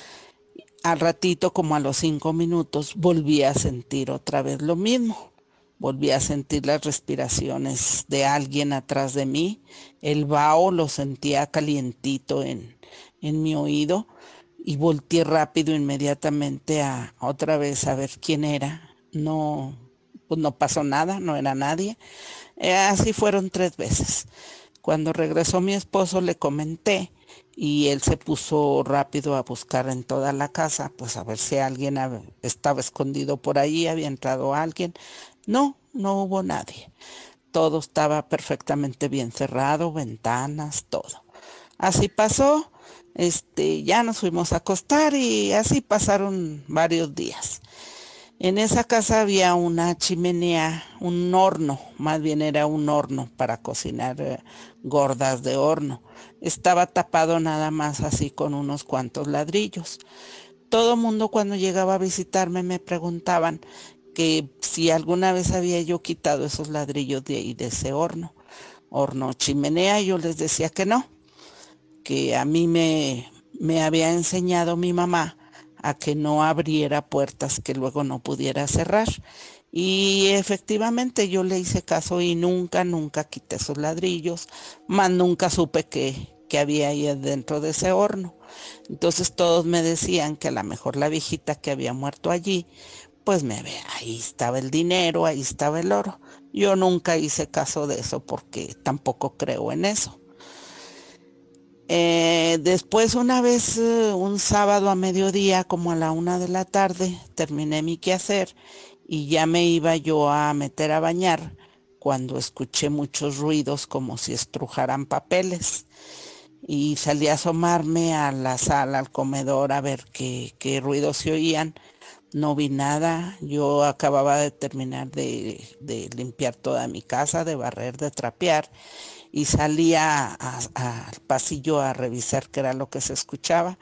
Al ratito, como a los cinco minutos, volví a sentir otra vez lo mismo. Volví a sentir las respiraciones de alguien atrás de mí. El vaho lo sentía calientito en, en mi oído y volteé rápido inmediatamente a otra vez a ver quién era. No, pues no pasó nada, no era nadie. Eh, así fueron tres veces. Cuando regresó mi esposo le comenté y él se puso rápido a buscar en toda la casa, pues a ver si alguien estaba escondido por ahí, había entrado alguien. No, no hubo nadie. Todo estaba perfectamente bien cerrado, ventanas, todo. Así pasó, este, ya nos fuimos a acostar y así pasaron varios días. En esa casa había una chimenea, un horno, más bien era un horno para cocinar eh, gordas de horno. Estaba tapado nada más así con unos cuantos ladrillos. Todo mundo cuando llegaba a visitarme me preguntaban que si alguna vez había yo quitado esos ladrillos de ahí, de ese horno, horno chimenea. Yo les decía que no, que a mí me, me había enseñado mi mamá a que no abriera puertas que luego no pudiera cerrar. Y efectivamente yo le hice caso y nunca, nunca quité esos ladrillos, más nunca supe que, que había ahí dentro de ese horno. Entonces todos me decían que a lo mejor la viejita que había muerto allí, pues me ve, ahí estaba el dinero, ahí estaba el oro. Yo nunca hice caso de eso porque tampoco creo en eso. Eh, después una vez, eh, un sábado a mediodía, como a la una de la tarde, terminé mi quehacer y ya me iba yo a meter a bañar cuando escuché muchos ruidos como si estrujaran papeles. Y salí a asomarme a la sala, al comedor, a ver qué, qué ruidos se oían. No vi nada. Yo acababa de terminar de, de limpiar toda mi casa, de barrer, de trapear, y salí a- a- al pasillo a revisar qué era lo que se escuchaba.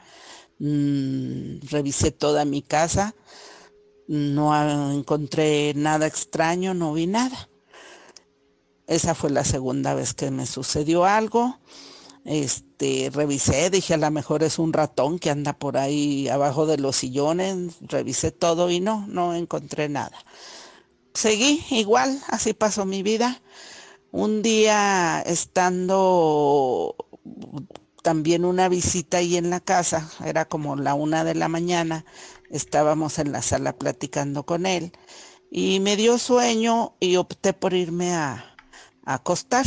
Mm, revisé toda mi casa, no ah, encontré nada extraño, no vi nada. Esa fue la segunda vez que me sucedió algo. Este, revisé, dije a lo mejor es un ratón que anda por ahí abajo de los sillones, revisé todo y no, no encontré nada. Seguí igual, así pasó mi vida. Un día estando también una visita ahí en la casa, era como la una de la mañana, estábamos en la sala platicando con él y me dio sueño y opté por irme a, a acostar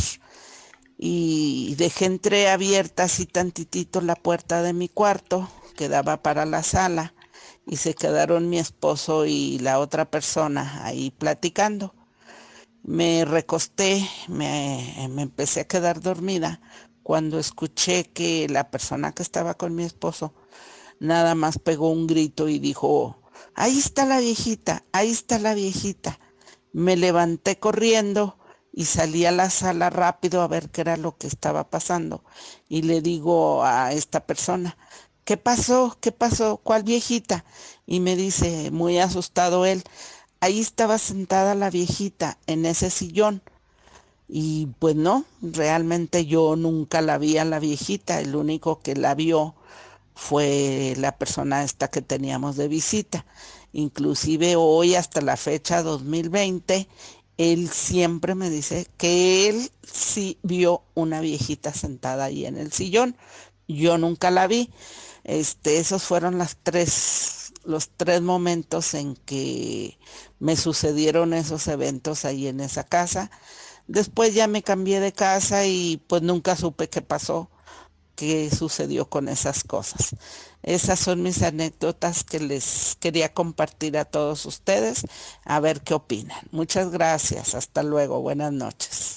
y dejé entreabierta así tantitito la puerta de mi cuarto que daba para la sala y se quedaron mi esposo y la otra persona ahí platicando. Me recosté, me, me empecé a quedar dormida cuando escuché que la persona que estaba con mi esposo nada más pegó un grito y dijo, ahí está la viejita, ahí está la viejita. Me levanté corriendo y salí a la sala rápido a ver qué era lo que estaba pasando. Y le digo a esta persona, ¿qué pasó? ¿Qué pasó? ¿Cuál viejita? Y me dice, muy asustado él, ahí estaba sentada la viejita en ese sillón. Y pues no, realmente yo nunca la vi a la viejita, el único que la vio fue la persona esta que teníamos de visita. Inclusive hoy hasta la fecha dos mil veinte, él siempre me dice que él sí vio una viejita sentada ahí en el sillón. Yo nunca la vi. Este, esos fueron las tres, los tres momentos en que me sucedieron esos eventos ahí en esa casa. Después ya me cambié de casa y pues nunca supe qué pasó, qué sucedió con esas cosas. Esas son mis anécdotas que les quería compartir a todos ustedes, a ver qué opinan. Muchas gracias, hasta luego, buenas noches.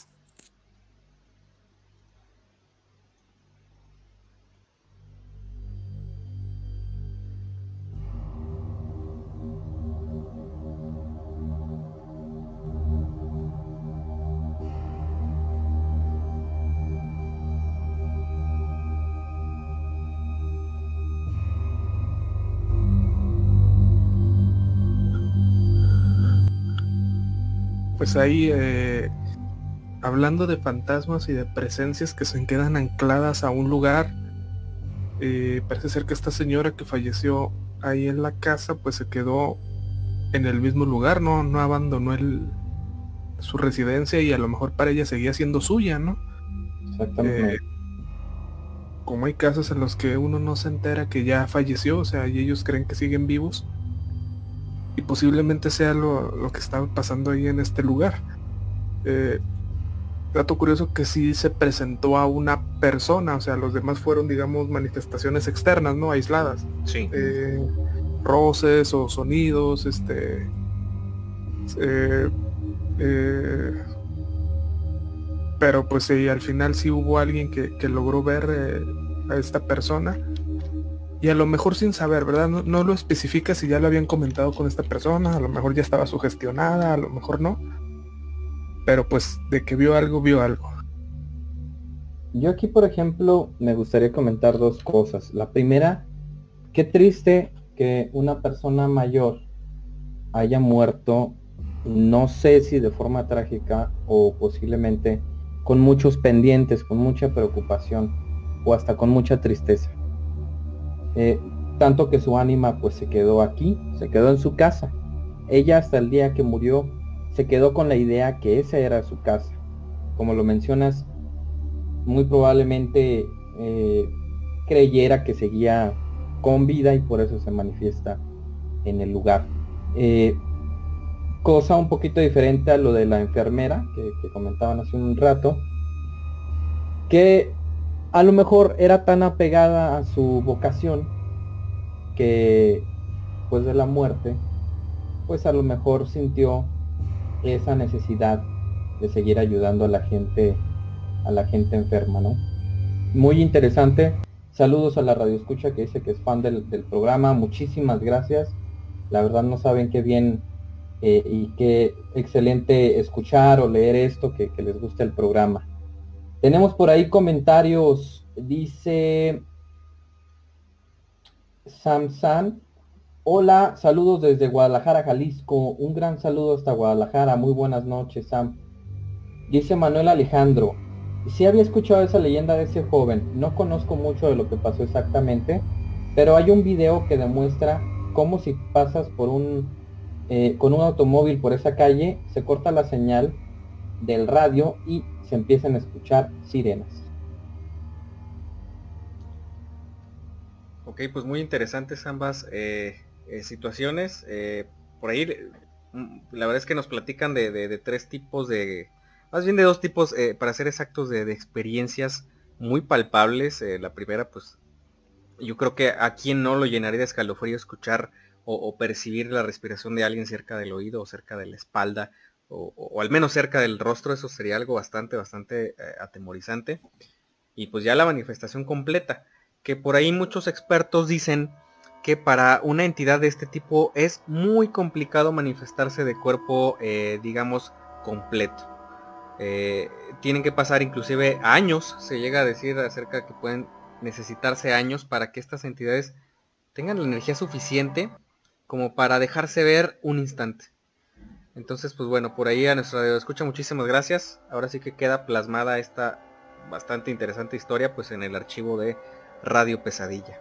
Pues ahí, eh, hablando de fantasmas y de presencias que se quedan ancladas a un lugar, eh, parece ser que esta señora que falleció ahí en la casa, pues se quedó en el mismo lugar, no, no abandonó el, su residencia y a lo mejor para ella seguía siendo suya, ¿no? Exactamente. Eh, como hay casos en los que uno no se entera que ya falleció, o sea, y ellos creen que siguen vivos. Y posiblemente sea lo, lo que estaba pasando ahí en este lugar. Eh, dato curioso que sí se presentó a una persona, o sea, los demás fueron, digamos, manifestaciones externas, ¿no? Aisladas. Sí. Eh, roces o sonidos, este... Eh, eh, pero pues sí, al final sí hubo alguien que, que logró ver eh, a esta persona. Y a lo mejor sin saber, ¿verdad? No, no lo especifica si ya lo habían comentado con esta persona, a lo mejor ya estaba sugestionada, a lo mejor no. Pero pues de que vio algo, vio algo. Yo aquí, por ejemplo, me gustaría comentar dos cosas. La primera, qué triste que una persona mayor haya muerto, no sé si de forma trágica o posiblemente con muchos pendientes, con mucha preocupación o hasta con mucha tristeza. Eh, tanto que su ánima pues se quedó aquí, se quedó en su casa. Ella hasta el día que murió se quedó con la idea que esa era su casa. Como lo mencionas, muy probablemente eh, creyera que seguía con vida y por eso se manifiesta en el lugar. Eh, cosa un poquito diferente a lo de la enfermera que, que comentaban hace un rato, que a lo mejor era tan apegada a su vocación que después de la muerte, pues a lo mejor sintió esa necesidad de seguir ayudando a la gente, a la gente enferma, ¿no? Muy interesante. Saludos a la radioescucha que dice que es fan del, del programa. Muchísimas gracias. La verdad no saben qué bien eh, y qué excelente escuchar o leer esto, que, que les guste el programa. Tenemos por ahí comentarios. Dice Sam San. Hola, saludos desde Guadalajara, Jalisco. Un gran saludo hasta Guadalajara. Muy buenas noches, Sam. Dice Manuel Alejandro. Sí había escuchado esa leyenda de ese joven. No conozco mucho de lo que pasó exactamente, pero hay un video que demuestra cómo si pasas por un eh, con un automóvil por esa calle, se corta la señal del radio y se empiezan a escuchar sirenas. Ok, pues muy interesantes ambas eh, eh, situaciones. Eh, por ahí, la verdad es que nos platican de, de, de tres tipos de... Más bien de dos tipos, eh, para ser exactos, de, de experiencias muy palpables. Eh, la primera, pues, yo creo que a quien no lo llenaría de escalofrío escuchar o, o percibir la respiración de alguien cerca del oído o cerca de la espalda, o, o, o al menos cerca del rostro. Eso sería algo bastante, bastante eh, atemorizante. Y pues ya la manifestación completa, que por ahí muchos expertos dicen que para una entidad de este tipo es muy complicado manifestarse de cuerpo, eh, digamos, completo. Eh, tienen que pasar inclusive años, se llega a decir acerca que pueden necesitarse años para que estas entidades tengan la energía suficiente como para dejarse ver un instante. Entonces, pues bueno, por ahí a nuestra radio escucha, muchísimas gracias. Ahora sí que queda plasmada esta bastante interesante historia pues en el archivo de Radio Pesadilla.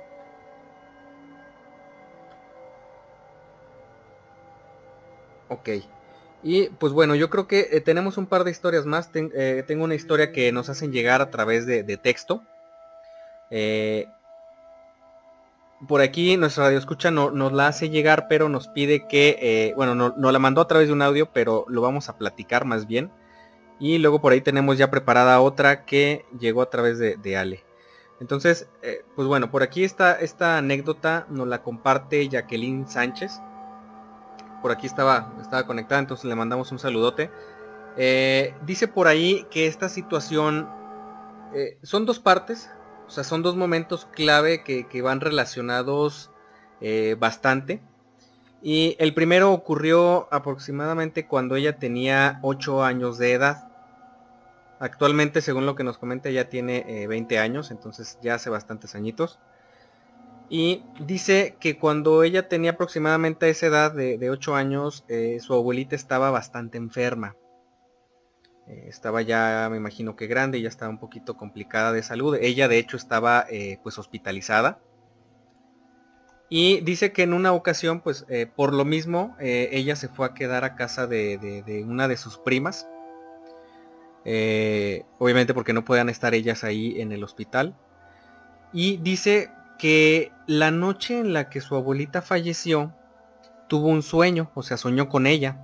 Ok. Y pues bueno, yo creo que eh, tenemos un par de historias más. Ten, eh, tengo una historia que nos hacen llegar a través de, de texto. Eh, por aquí nuestra radio escucha no, nos la hace llegar, pero nos pide que, eh, bueno, no, nos la mandó a través de un audio, pero lo vamos a platicar más bien. Y luego por ahí tenemos ya preparada otra que llegó a través de, de Ale. Entonces, eh, pues bueno, por aquí está esta anécdota, nos la comparte Jacqueline Sánchez. Por aquí estaba, estaba conectada, entonces le mandamos un saludote. Eh, dice por ahí que esta situación eh, son dos partes, o sea, son dos momentos clave que, que van relacionados eh, bastante. Y el primero ocurrió aproximadamente cuando ella tenía ocho años de edad. Actualmente, según lo que nos comenta, ya tiene eh, veinte años, entonces ya hace bastantes añitos. Y dice que cuando ella tenía aproximadamente esa edad de, de ocho años, eh, su abuelita estaba bastante enferma. Eh, estaba ya, me imagino que grande, y ya estaba un poquito complicada de salud. Ella de hecho estaba eh, pues hospitalizada. Y dice que en una ocasión, pues eh, por lo mismo, eh, ella se fue a quedar a casa de, de, de una de sus primas. Eh, obviamente porque no podían estar ellas ahí en el hospital. Y dice que la noche en la que su abuelita falleció, tuvo un sueño, o sea, soñó con ella.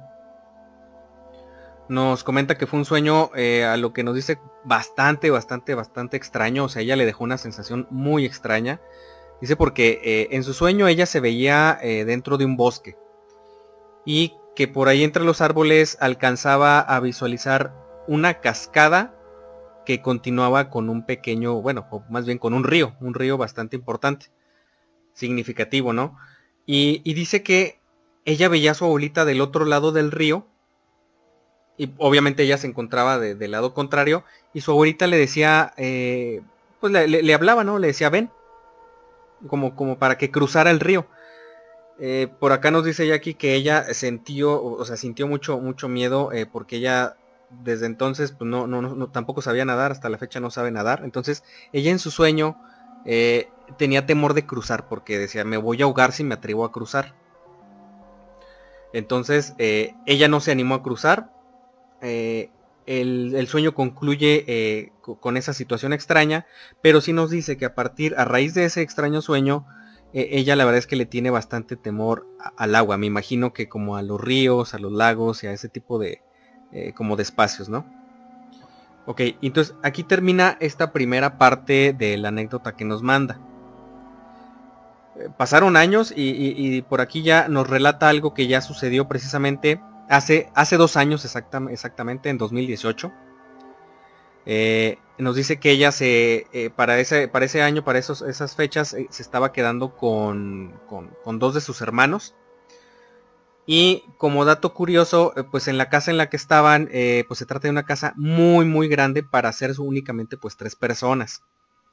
Nos comenta que fue un sueño, eh, a lo que nos dice, bastante, bastante, bastante extraño. O sea, ella le dejó una sensación muy extraña. Dice porque eh, en su sueño ella se veía eh, dentro de un bosque. Y que por ahí entre los árboles alcanzaba a visualizar una cascada que continuaba con un pequeño, bueno, o más bien con un río, un río bastante importante, significativo, ¿no? Y, y dice que ella veía a su abuelita del otro lado del río, y obviamente ella se encontraba de, del lado contrario, y su abuelita le decía, eh, pues le, le, le hablaba, ¿no? Le decía, ven, como, como para que cruzara el río. Eh, por acá nos dice Jackie que ella sintió, o sea, sintió mucho, mucho miedo, eh, porque ella desde entonces pues no, no, no, tampoco sabía nadar, hasta la fecha no sabe nadar. Entonces ella en su sueño eh, tenía temor de cruzar, porque decía, me voy a ahogar si me atrevo a cruzar. Entonces eh, ella no se animó a cruzar. eh, el, el sueño concluye eh, con esa situación extraña, pero sí nos dice que a partir, a raíz de ese extraño sueño, eh, ella la verdad es que le tiene bastante temor a, al agua. Me imagino que como a los ríos, a los lagos y a ese tipo de Eh, como de espacios, ¿no? Ok, entonces aquí termina esta primera parte de la anécdota que nos manda. Eh, pasaron años y, y, y por aquí ya nos relata algo que ya sucedió precisamente hace, hace dos años exactam, exactamente, en dos mil dieciocho. Eh, nos dice que ella se eh, para ese para ese año, para esos, esas fechas, eh, se estaba quedando con, con, con dos de sus hermanos. Y como dato curioso, eh, pues en la casa en la que estaban, eh, pues se trata de una casa muy muy grande para ser únicamente pues tres personas.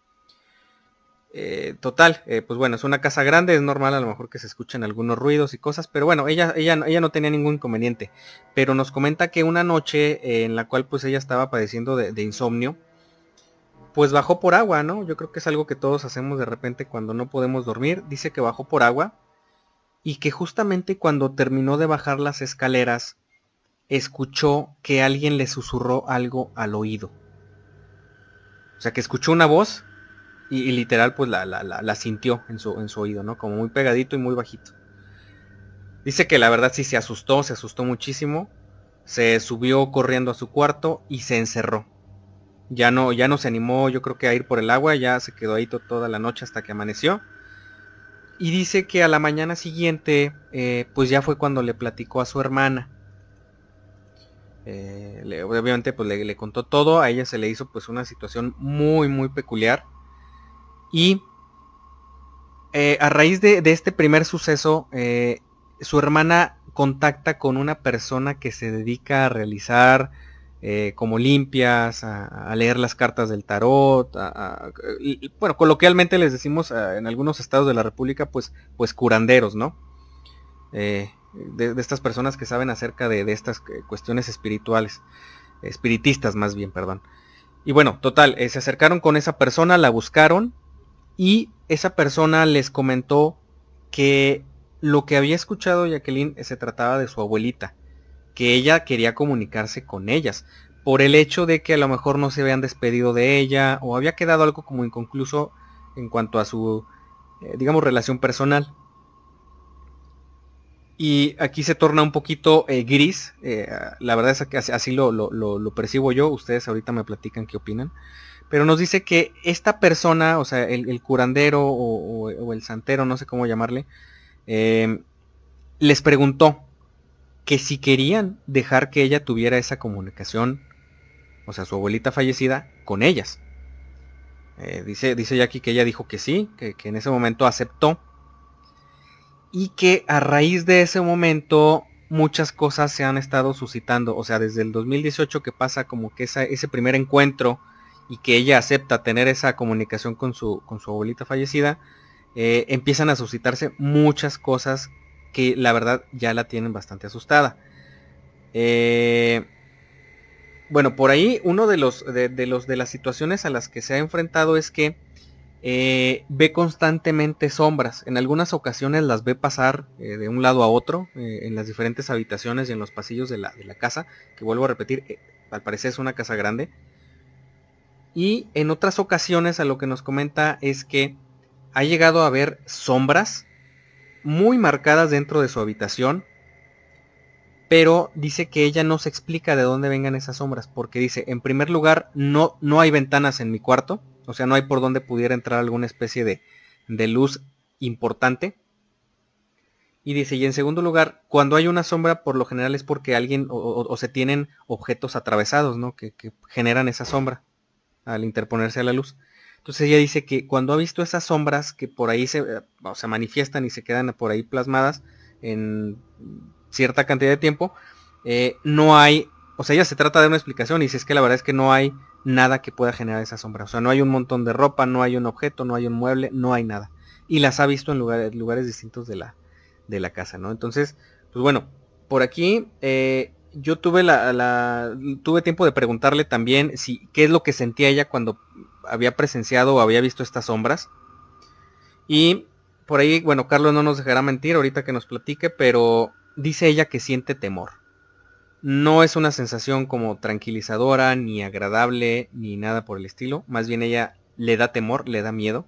Eh, total, eh, pues bueno, es una casa grande, es normal a lo mejor que se escuchen algunos ruidos y cosas, pero bueno, ella, ella, ella no tenía ningún inconveniente. Pero nos comenta que una noche eh, en la cual pues ella estaba padeciendo de, de insomnio, pues bajó por agua, ¿no? Yo creo que es algo que todos hacemos de repente cuando no podemos dormir. Dice que bajó por agua y que justamente cuando terminó de bajar las escaleras, escuchó que alguien le susurró algo al oído. O sea, que escuchó una voz y, y literal pues la, la, la, la sintió en su, en su oído, ¿no? Como muy pegadito y muy bajito. Dice que la verdad sí se asustó, se asustó muchísimo. Se subió corriendo a su cuarto y se encerró. Ya no, ya no se animó, yo creo que a ir por el agua, ya se quedó ahí to toda la noche hasta que amaneció. Y dice que a la mañana siguiente, eh, pues ya fue cuando le platicó a su hermana. Eh, le, obviamente pues le, le contó todo, a ella se le hizo pues una situación muy muy peculiar. Y eh, a raíz de, de este primer suceso, eh, su hermana contacta con una persona que se dedica a realizar eh, como limpias, a, a leer las cartas del tarot, a, a, y, bueno, coloquialmente les decimos a, en algunos estados de la república, pues, pues curanderos, ¿no? Eh, de, de estas personas que saben acerca de, de estas cuestiones espirituales, espiritistas más bien, perdón. Y bueno, total, eh, se acercaron con esa persona, la buscaron y esa persona les comentó que lo que había escuchado Jacqueline se trataba de su abuelita, que ella quería comunicarse con ellas, por el hecho de que a lo mejor no se habían despedido de ella, o había quedado algo como inconcluso en cuanto a su, eh, digamos, relación personal. Y aquí se torna un poquito eh, gris, eh, la verdad es que así, así lo, lo, lo, lo percibo yo, ustedes ahorita me platican qué opinan. Pero nos dice que esta persona, o sea, el, el curandero o, o, o el santero, no sé cómo llamarle, eh, les preguntó que si querían dejar que ella tuviera esa comunicación, o sea, su abuelita fallecida, con ellas. Eh, dice, dice Jackie que ella dijo que sí, que, que en ese momento aceptó. Y que a raíz de ese momento muchas cosas se han estado suscitando. O sea, desde el dos mil dieciocho que pasa como que esa, ese primer encuentro y que ella acepta tener esa comunicación con su, con su abuelita fallecida, eh, empiezan a suscitarse muchas cosas que la verdad ya la tienen bastante asustada. Eh, bueno, por ahí uno de los de, de los de las situaciones a las que se ha enfrentado es que eh, ve constantemente sombras. En algunas ocasiones las ve pasar eh, de un lado a otro eh, en las diferentes habitaciones y en los pasillos de la, de la casa, que vuelvo a repetir, eh, al parecer es una casa grande. Y en otras ocasiones a lo que nos comenta es que ha llegado a ver sombras muy marcadas dentro de su habitación, pero dice que ella no se explica de dónde vengan esas sombras, porque dice, en primer lugar, no, no hay ventanas en mi cuarto, o sea, no hay por donde pudiera entrar alguna especie de, de luz importante. Y dice, y en segundo lugar, cuando hay una sombra, por lo general es porque alguien, o, o, o se tienen objetos atravesados, ¿no? Que, que generan esa sombra al interponerse a la luz. Entonces ella dice que cuando ha visto esas sombras que por ahí se, o se manifiestan y se quedan por ahí plasmadas en cierta cantidad de tiempo, eh, no hay, o sea, ella se trata de una explicación y dice, es que la verdad es que no hay nada que pueda generar esa sombra. O sea, no hay un montón de ropa, no hay un objeto, no hay un mueble, no hay nada. Y las ha visto en lugares, lugares distintos de la, de la casa, ¿no? Entonces, pues bueno, por aquí eh, yo tuve la, la tuve tiempo de preguntarle también si qué es lo que sentía ella cuando había presenciado o había visto estas sombras. Y por ahí, bueno, Carlos no nos dejará mentir ahorita que nos platique, pero dice ella que siente temor. No es una sensación como tranquilizadora, ni agradable, ni nada por el estilo. Más bien ella le da temor, le da miedo.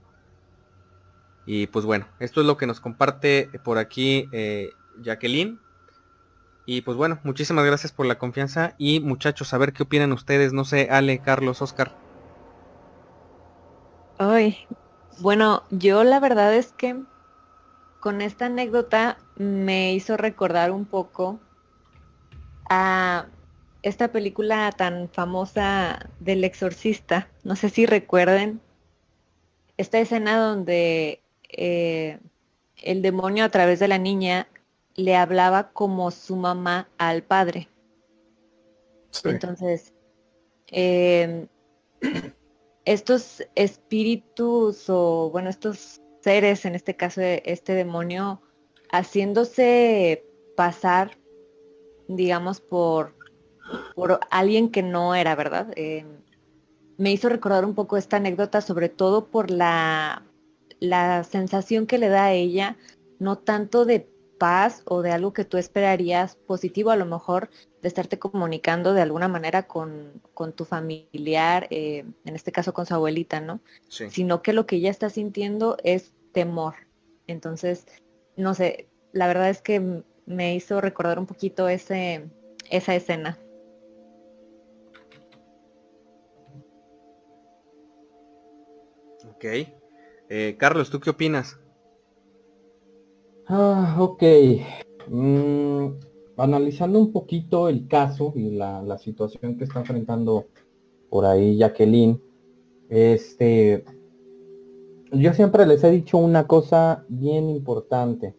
Y pues bueno, esto es lo que nos comparte por aquí eh, Jacqueline. Y pues bueno, muchísimas gracias por la confianza. Y muchachos, a ver qué opinan ustedes. No sé, Ale, Carlos, Oscar. Ay, bueno, yo la verdad es que con esta anécdota me hizo recordar un poco a esta película tan famosa del Exorcista. No sé si recuerden esta escena donde eh, el demonio a través de la niña le hablaba como su mamá al padre. Sí. Entonces, eh, estos espíritus o, bueno, estos seres, en este caso este demonio, haciéndose pasar, digamos, por, por alguien que no era, ¿verdad? Eh, me hizo recordar un poco esta anécdota, sobre todo por la, la sensación que le da a ella, no tanto de paz o de algo que tú esperarías positivo, a lo mejor de estarte comunicando de alguna manera con, con tu familiar, eh, en este caso con su abuelita, ¿no? Sí. Sino que lo que ella está sintiendo es temor. Entonces, no sé, la verdad es que me hizo recordar un poquito ese, esa escena. Ok. Eh, Carlos, ¿tú qué opinas? Ah, ok. Mm, analizando un poquito el caso y la, la situación que está enfrentando por ahí Jacqueline, este, yo siempre les he dicho una cosa bien importante.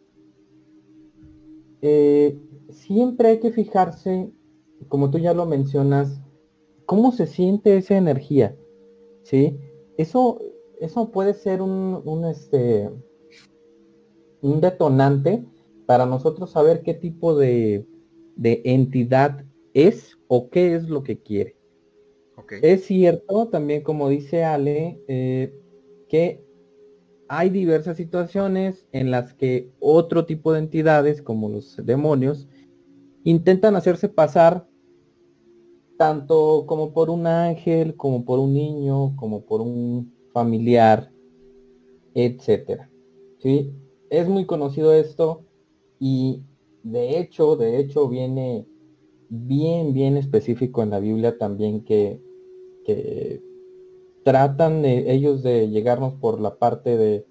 Eh, siempre hay que fijarse, como tú ya lo mencionas, cómo se siente esa energía, ¿sí? Eso, eso puede ser un, un, este, un detonante para nosotros saber qué tipo de, de entidad es o qué es lo que quiere. Okay. Es cierto, también como dice Ale, eh, que hay diversas situaciones en las que otro tipo de entidades, como los demonios, intentan hacerse pasar tanto como por un ángel, como por un niño, como por un familiar, etcétera. ¿Sí? Es muy conocido esto y de hecho, de hecho viene bien, bien específico en la Biblia también que, que tratan de ellos de llegarnos por la parte de,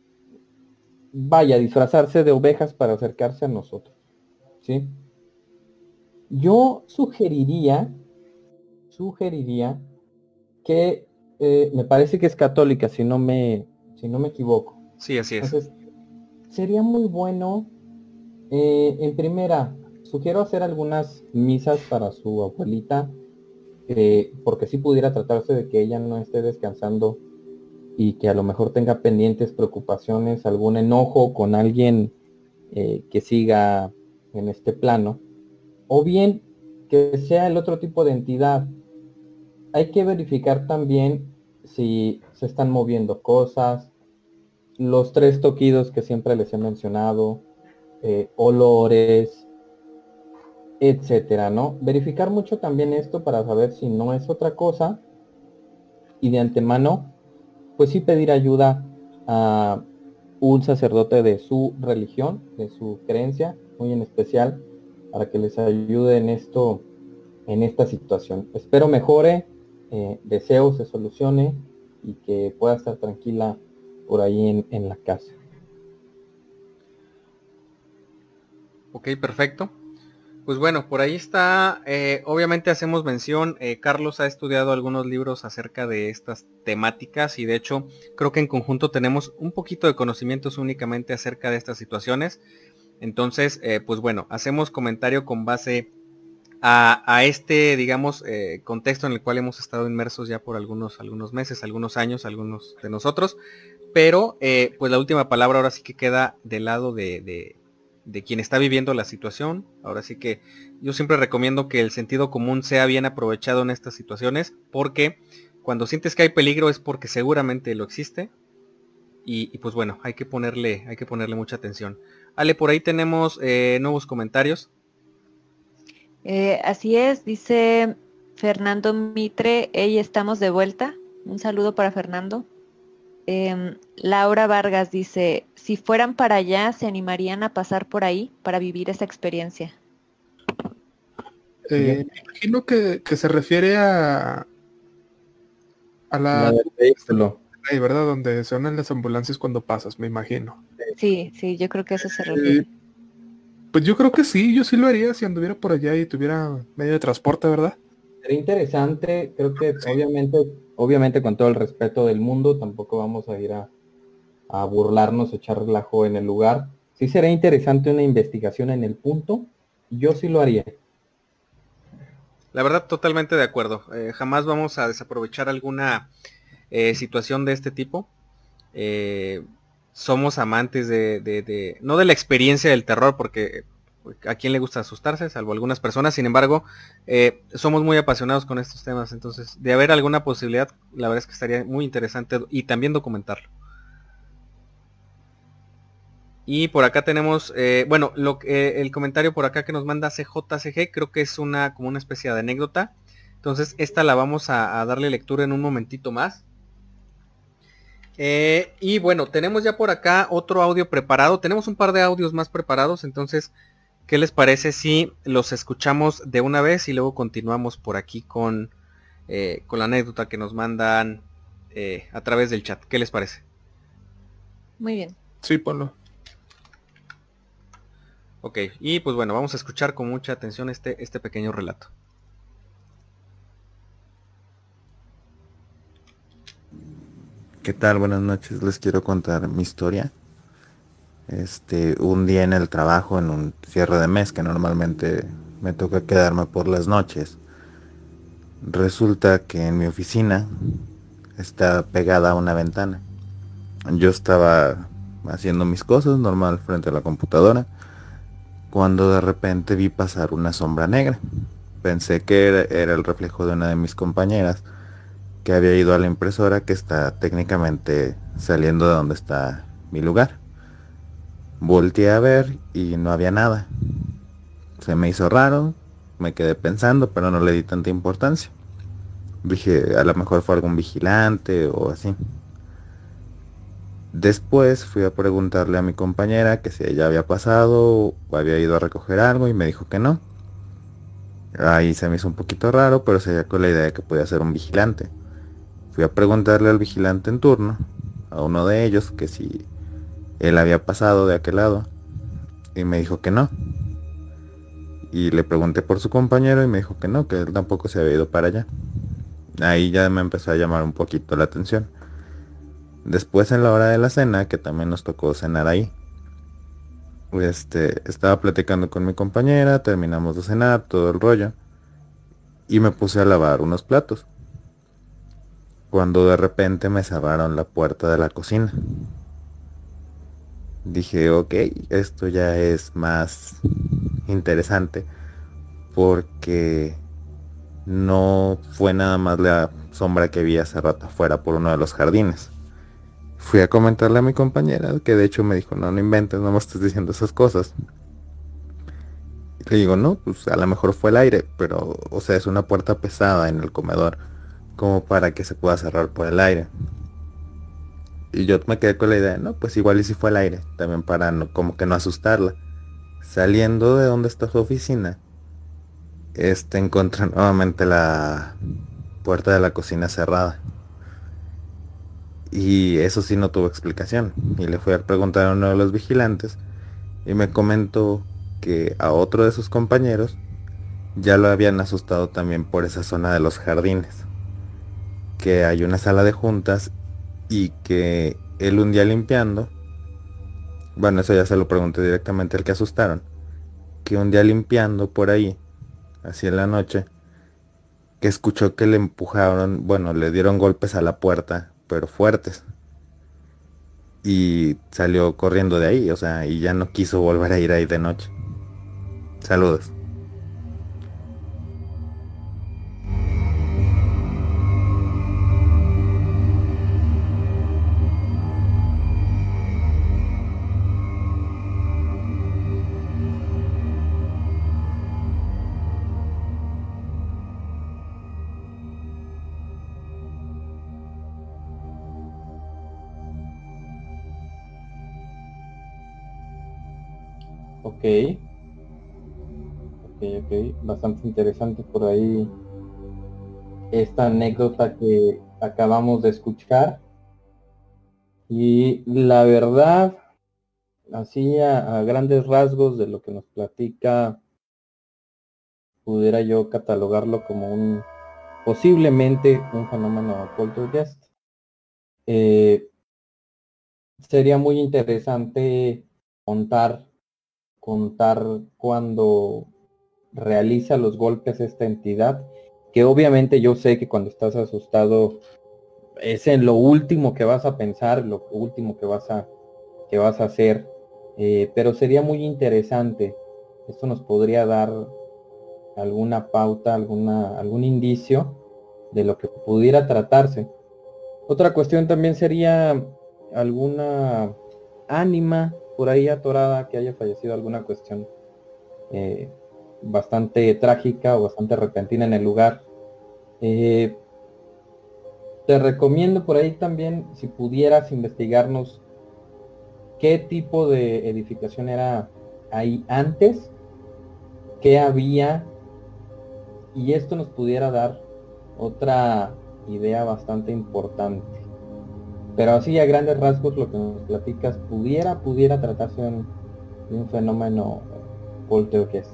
vaya, disfrazarse de ovejas para acercarse a nosotros, ¿sí? Yo sugeriría, sugeriría que eh, me parece que es católica, si no me, si no me equivoco. Sí, así es. Entonces, sería muy bueno, eh, en primera, sugiero hacer algunas misas para su abuelita, eh, porque si pudiera tratarse de que ella no esté descansando y que a lo mejor tenga pendientes preocupaciones, algún enojo con alguien eh, que siga en este plano, o bien que sea el otro tipo de entidad. Hay que verificar también si se están moviendo cosas, los tres toquidos que siempre les he mencionado, eh, olores, etcétera, ¿no? Verificar mucho también esto para saber si no es otra cosa y de antemano, pues sí pedir ayuda a un sacerdote de su religión, de su creencia, muy en especial, para que les ayude en esto, en esta situación. Espero mejore, eh, deseo se solucione y que pueda estar tranquila por ahí en, en la casa. Ok, perfecto. Pues bueno, por ahí está, eh, obviamente hacemos mención, eh, Carlos ha estudiado algunos libros acerca de estas temáticas y de hecho creo que en conjunto tenemos un poquito de conocimientos únicamente acerca de estas situaciones. Entonces, eh, pues bueno, hacemos comentario con base a, a este, digamos, eh, contexto en el cual hemos estado inmersos ya por algunos, algunos meses, algunos años, algunos de nosotros, pero eh, pues la última palabra ahora sí que queda del lado de... de de quien está viviendo la situación. Ahora sí que yo siempre recomiendo que el sentido común sea bien aprovechado en estas situaciones, porque cuando sientes que hay peligro es porque seguramente lo existe. Y, y pues bueno, hay que ponerle, hay que ponerle mucha atención. Ale, por ahí tenemos eh, nuevos comentarios. Eh, así es, dice Fernando Mitre, hey, estamos de vuelta. Un saludo para Fernando. Eh, Laura Vargas dice, si fueran para allá, ¿se animarían a pasar por ahí para vivir esa experiencia? Eh, me imagino que, que se refiere a a la, La del vehículo. Ay, ¿verdad? Donde suenan las ambulancias cuando pasas, me imagino. Sí, sí, yo creo que a eso se refiere. Eh, pues yo creo que sí, yo sí lo haría si anduviera por allá y tuviera medio de transporte, ¿verdad? Sería interesante, creo que Sí. obviamente, obviamente con todo el respeto del mundo, tampoco vamos a ir a, a burlarnos, echar relajo en el lugar. Sí sería interesante una investigación en el punto, yo sí lo haría. La verdad, totalmente de acuerdo. Eh, jamás vamos a desaprovechar alguna eh, situación de este tipo. Eh, somos amantes de, de, de, no de la experiencia del terror, porque a quién le gusta asustarse, salvo algunas personas. Sin embargo, eh, somos muy apasionados con estos temas. Entonces, de haber alguna posibilidad, la verdad es que estaría muy interesante y también documentarlo. Y por acá tenemos, eh, bueno, lo, eh, el comentario por acá que nos manda C J C G, creo que es una como una especie de anécdota. Entonces esta la vamos a, a darle lectura en un momentito más. Eh, y bueno, tenemos ya por acá otro audio preparado. Tenemos un par de audios más preparados. Entonces, ¿qué les parece si los escuchamos de una vez y luego continuamos por aquí con, eh, con la anécdota que nos mandan eh, a través del chat? ¿Qué les parece? Muy bien. Sí, ponlo. Ok, y pues bueno, vamos a escuchar con mucha atención este, este pequeño relato. ¿Qué tal? Buenas noches, les quiero contar mi historia. Este, un día en el trabajo, en un cierre de mes, que normalmente me toca quedarme por las noches. Resulta que en mi oficina está pegada a una ventana. Yo estaba haciendo mis cosas normal frente a la computadora, cuando de repente vi pasar una sombra negra. Pensé que era, era el reflejo de una de mis compañeras, que había ido a la impresora que está técnicamente saliendo de donde está mi lugar. Volteé a ver y no había nada. Se me hizo raro, me quedé pensando, pero no le di tanta importancia. Dije, a lo mejor fue algún vigilante o así. Después fui a preguntarle a mi compañera que si ella había pasado o había ido a recoger algo y me dijo que no. Ahí se me hizo un poquito raro, pero seguía con la idea de que podía ser un vigilante. Fui a preguntarle al vigilante en turno, a uno de ellos, que si él había pasado de aquel lado, y me dijo que no. Y le pregunté por su compañero y me dijo que no, que él tampoco se había ido para allá. Ahí ya me empezó a llamar un poquito la atención. Después, en la hora de la cena, que también nos tocó cenar ahí, este, estaba platicando con mi compañera, terminamos de cenar, todo el rollo, y me puse a lavar unos platos, cuando de repente me cerraron la puerta de la cocina. Dije, ok, esto ya es más interesante, porque no fue nada más la sombra que vi hace rato afuera por uno de los jardines. Fui a comentarle a mi compañera, que de hecho me dijo, no, no inventes, no me estés diciendo esas cosas. Y le digo, no, pues a lo mejor fue el aire, pero, o sea, es una puerta pesada en el comedor, como para que se pueda cerrar por el aire. Y yo me quedé con la idea, no, pues igual y si fue el aire, también para no, como que no asustarla. Saliendo de donde está su oficina, este encontré nuevamente la puerta de la cocina cerrada. Y eso sí no tuvo explicación. Y le fui a preguntar a uno de los vigilantes y me comentó que a otro de sus compañeros ya lo habían asustado también por esa zona de los jardines. Que hay una sala de juntas y que él un día limpiando, bueno, eso ya se lo pregunté directamente al que asustaron, que un día limpiando por ahí, así en la noche, que escuchó que le empujaron, bueno, le dieron golpes a la puerta, pero fuertes. Y salió corriendo de ahí, o sea, y ya no quiso volver a ir ahí de noche. Saludos. Ok. Ok, ok, bastante interesante por ahí esta anécdota que acabamos de escuchar. Y la verdad, así a, a grandes rasgos de lo que nos platica, pudiera yo catalogarlo como un posiblemente un fenómeno poltergeist. Eh, sería muy interesante contar, contar cuando realiza los golpes esta entidad, que obviamente yo sé que cuando estás asustado es en lo último que vas a pensar, lo último que vas a, que vas a hacer, eh, pero sería muy interesante. Esto nos podría dar alguna pauta, alguna, algún indicio de lo que pudiera tratarse. Otra cuestión también sería alguna ánima por ahí atorada que haya fallecido, alguna cuestión eh, bastante trágica o bastante repentina en el lugar. Eh, te recomiendo por ahí también, si pudieras investigarnos qué tipo de edificación era ahí antes, qué había, y esto nos pudiera dar otra idea bastante importante. Pero así a grandes rasgos lo que nos platicas pudiera, pudiera tratarse de un, de un fenómeno poltergeist.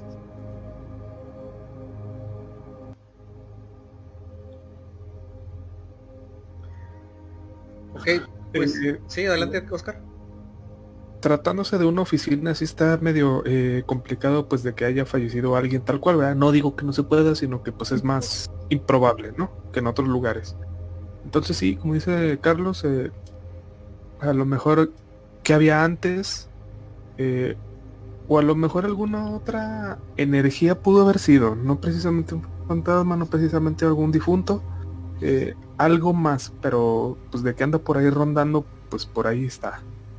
Ok, pues Eh, sí, adelante, Oscar. Tratándose de una oficina, sí está medio eh, complicado pues de que haya fallecido alguien tal cual, ¿verdad? No digo que no se pueda, sino que pues es más improbable, ¿no? Que en otros lugares. Entonces sí, como dice Carlos, eh, a lo mejor que había antes, eh, o a lo mejor alguna otra energía pudo haber sido, no precisamente un fantasma, no precisamente algún difunto, eh, algo más, pero pues de que anda por ahí rondando, pues por ahí está.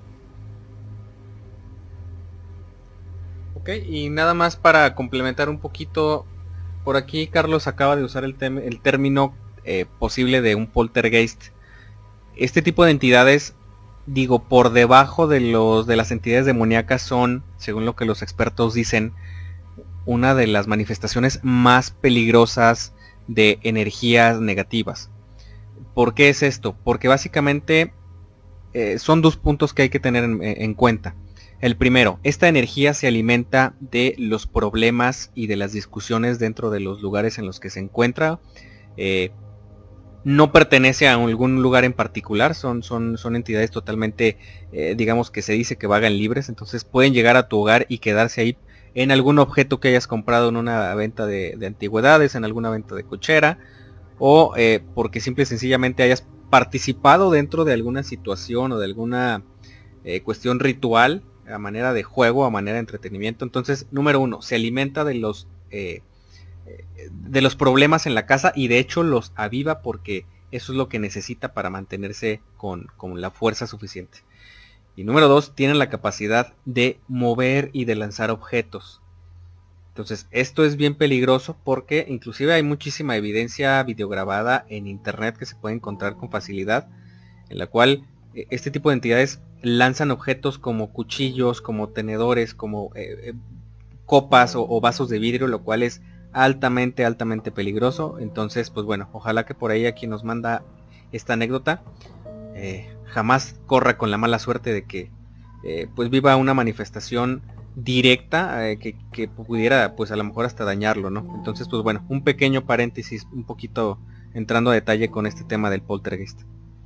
Ok, y nada más para complementar un poquito, por aquí Carlos acaba de usar el, tem- el término eh, posible de un poltergeist. Este tipo de entidades, digo, por debajo de los de las entidades demoníacas son, según lo que los expertos dicen, una de las manifestaciones más peligrosas de energías negativas. ¿Por qué es esto? Porque básicamente eh, son dos puntos que hay que tener en, en cuenta. El primero, esta energía se alimenta de los problemas y de las discusiones dentro de los lugares en los que se encuentra. Eh, no pertenece a algún lugar en particular, son, son, son entidades totalmente, eh, digamos que se dice que vagan libres, entonces pueden llegar a tu hogar y quedarse ahí en algún objeto que hayas comprado en una venta de, de antigüedades, en alguna venta de cochera, o eh, porque simple y sencillamente hayas participado dentro de alguna situación o de alguna eh, cuestión ritual, a manera de juego, a manera de entretenimiento. Entonces, número uno, se alimenta de los eh, de los problemas en la casa y de hecho los aviva porque eso es lo que necesita para mantenerse con, con la fuerza suficiente. Y número dos, tienen la capacidad de mover y de lanzar objetos. Entonces esto es bien peligroso porque inclusive hay muchísima evidencia videograbada en internet que se puede encontrar con facilidad, en la cual eh, este tipo de entidades lanzan objetos como cuchillos, como tenedores, como eh, eh, copas o, o vasos de vidrio, lo cual es altamente, altamente peligroso. Entonces, pues bueno, ojalá que por ahí a quien nos manda esta anécdota eh, jamás corra con la mala suerte de que eh, pues viva una manifestación directa eh, que, que pudiera pues a lo mejor hasta dañarlo, ¿no? Entonces, pues bueno, un pequeño paréntesis, un poquito entrando a detalle con este tema del poltergeist.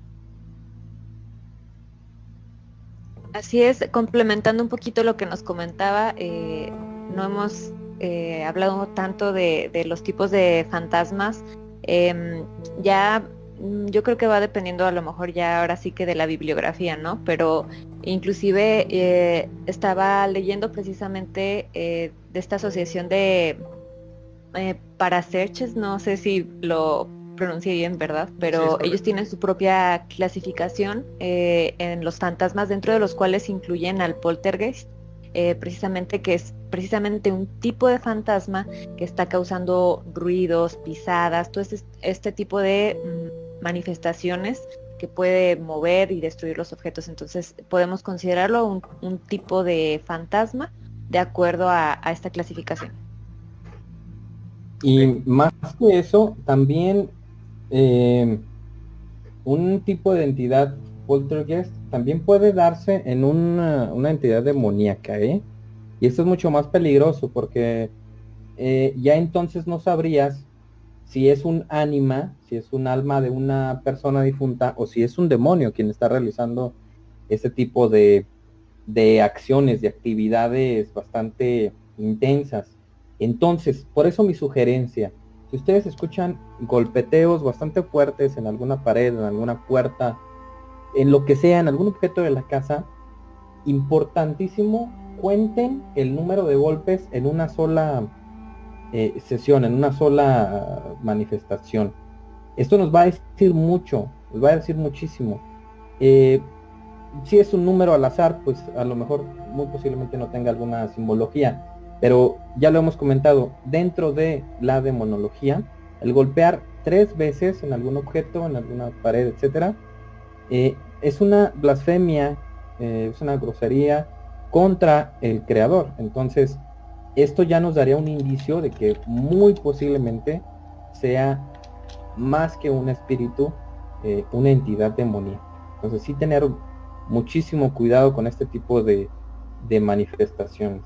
Así es, complementando un poquito lo que nos comentaba, eh, no hemos eh, hablado tanto de, de los tipos de fantasmas. Eh, ya mm, yo creo que va dependiendo a lo mejor ya ahora sí que de la bibliografía, ¿no? Pero inclusive eh, estaba leyendo precisamente eh, de esta asociación de eh, Parasearches, no sé si lo pronuncié bien, ¿verdad? Pero Sí, ellos tienen su propia clasificación eh, en los fantasmas, dentro de los cuales incluyen al poltergeist, eh, precisamente que es precisamente un tipo de fantasma que está causando ruidos, pisadas, todo este, este tipo de mm, manifestaciones que puede mover y destruir los objetos. Entonces podemos considerarlo un, un tipo de fantasma de acuerdo a, a esta clasificación. Y okay. Más que eso, también eh, un tipo de entidad poltergeist también puede darse en una, una entidad demoníaca, ¿eh? Y esto es mucho más peligroso porque eh, ya entonces no sabrías si es un ánima, si es un alma de una persona difunta o si es un demonio quien está realizando ese tipo de, de acciones, de actividades bastante intensas. Entonces, por eso mi sugerencia, si ustedes escuchan golpeteos bastante fuertes en alguna pared, en alguna puerta, en lo que sea, en algún objeto de la casa, importantísimo, cuenten el número de golpes en una sola eh, sesión, en una sola manifestación. Esto nos va a decir mucho, nos va a decir muchísimo. Eh, si es un número al azar, pues a lo mejor muy posiblemente no tenga alguna simbología, pero ya lo hemos comentado, dentro de la demonología, el golpear tres veces en algún objeto, en alguna pared, etcétera, eh, es una blasfemia, eh, es una grosería contra el creador. Entonces, esto ya nos daría un indicio de que muy posiblemente sea más que un espíritu, eh, una entidad demoníaca. Entonces, sí tener muchísimo cuidado con este tipo de, de manifestaciones.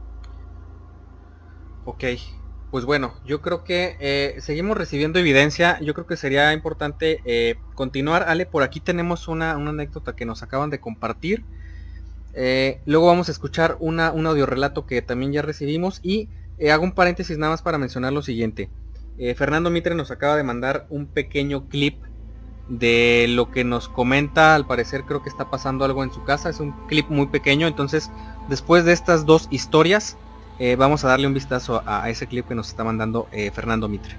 Ok, pues bueno, yo creo que eh, seguimos recibiendo evidencia. Yo creo que sería importante eh, continuar. Ale, por aquí tenemos una, una anécdota que nos acaban de compartir. Eh, luego vamos a escuchar una, un audiorelato que también ya recibimos. Y eh, hago un paréntesis nada más para mencionar lo siguiente. eh, Fernando Mitre nos acaba de mandar un pequeño clip de lo que nos comenta. Al parecer creo que está pasando algo en su casa. Es un clip muy pequeño. Entonces, después de estas dos historias, eh, vamos a darle un vistazo a, a ese clip que nos está mandando eh, Fernando Mitre.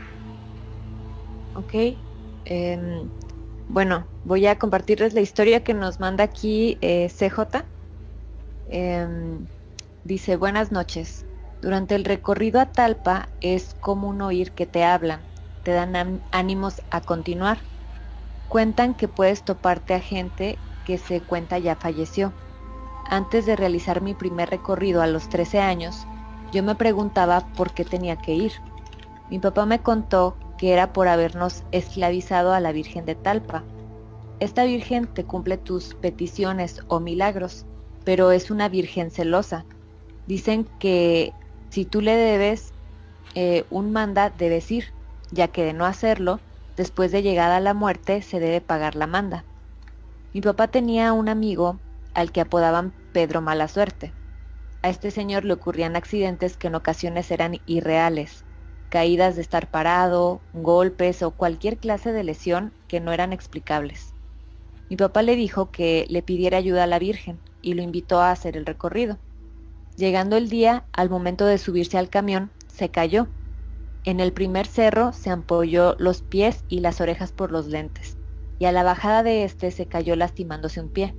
Ok, eh, bueno, voy a compartirles la historia que nos manda aquí eh, C J. Eh, dice: buenas noches. Durante el recorrido a Talpa es común oír que te hablan, te dan ánimos a continuar. Cuentan que puedes toparte a gente que se cuenta ya falleció. Antes de realizar mi primer recorrido a los trece años, yo me preguntaba por qué tenía que ir. Mi papá me contó que era por habernos esclavizado a la Virgen de Talpa. Esta Virgen te cumple tus peticiones o milagros, pero es una Virgen celosa. Dicen que si tú le debes eh, un manda, debes ir, ya que de no hacerlo, después de llegada a la muerte se debe pagar la manda. Mi papá tenía un amigo al que apodaban Pedro Mala Suerte. A este señor le ocurrían accidentes que en ocasiones eran irreales, caídas de estar parado, golpes o cualquier clase de lesión que no eran explicables. Mi papá le dijo que le pidiera ayuda a la Virgen y lo invitó a hacer el recorrido. Llegando el día, al momento de subirse al camión, se cayó. En el primer cerro se ampolló los pies y las orejas por los lentes, y a la bajada de este se cayó lastimándose un pie.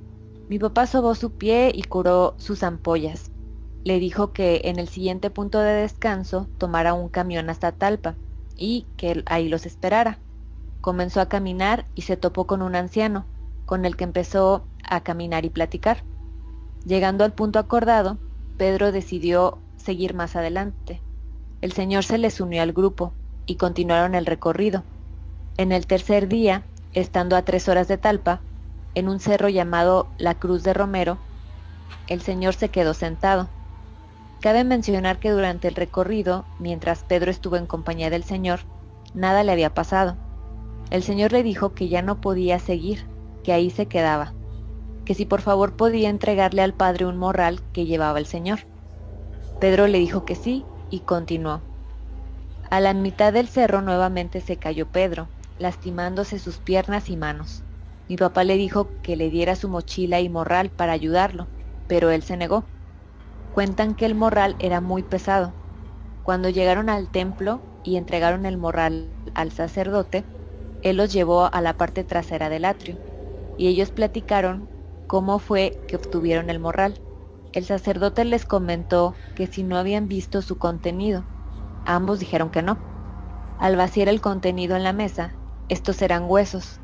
Mi papá sobó su pie y curó sus ampollas. Le dijo que en el siguiente punto de descanso tomara un camión hasta Talpa y que ahí los esperara. Comenzó a caminar y se topó con un anciano, con el que empezó a caminar y platicar. Llegando al punto acordado, Pedro decidió seguir más adelante. El señor se les unió al grupo y continuaron el recorrido. En el tercer día, estando a tres horas de Talpa, en un cerro llamado La Cruz de Romero, el señor se quedó sentado. Cabe mencionar que durante el recorrido, mientras Pedro estuvo en compañía del señor, nada le había pasado. El señor le dijo que ya no podía seguir, que ahí se quedaba, que si por favor podía entregarle al padre un morral que llevaba el señor. Pedro le dijo que sí y continuó. A la mitad del cerro nuevamente se cayó Pedro, lastimándose sus piernas y manos. Mi papá le dijo que le diera su mochila y morral para ayudarlo, pero él se negó. Cuentan que el morral era muy pesado. Cuando llegaron al templo y entregaron el morral al sacerdote, él los llevó a la parte trasera del atrio, y ellos platicaron cómo fue que obtuvieron el morral. El sacerdote les comentó que si no habían visto su contenido. Ambos dijeron que no. Al vaciar el contenido en la mesa, estos eran huesos.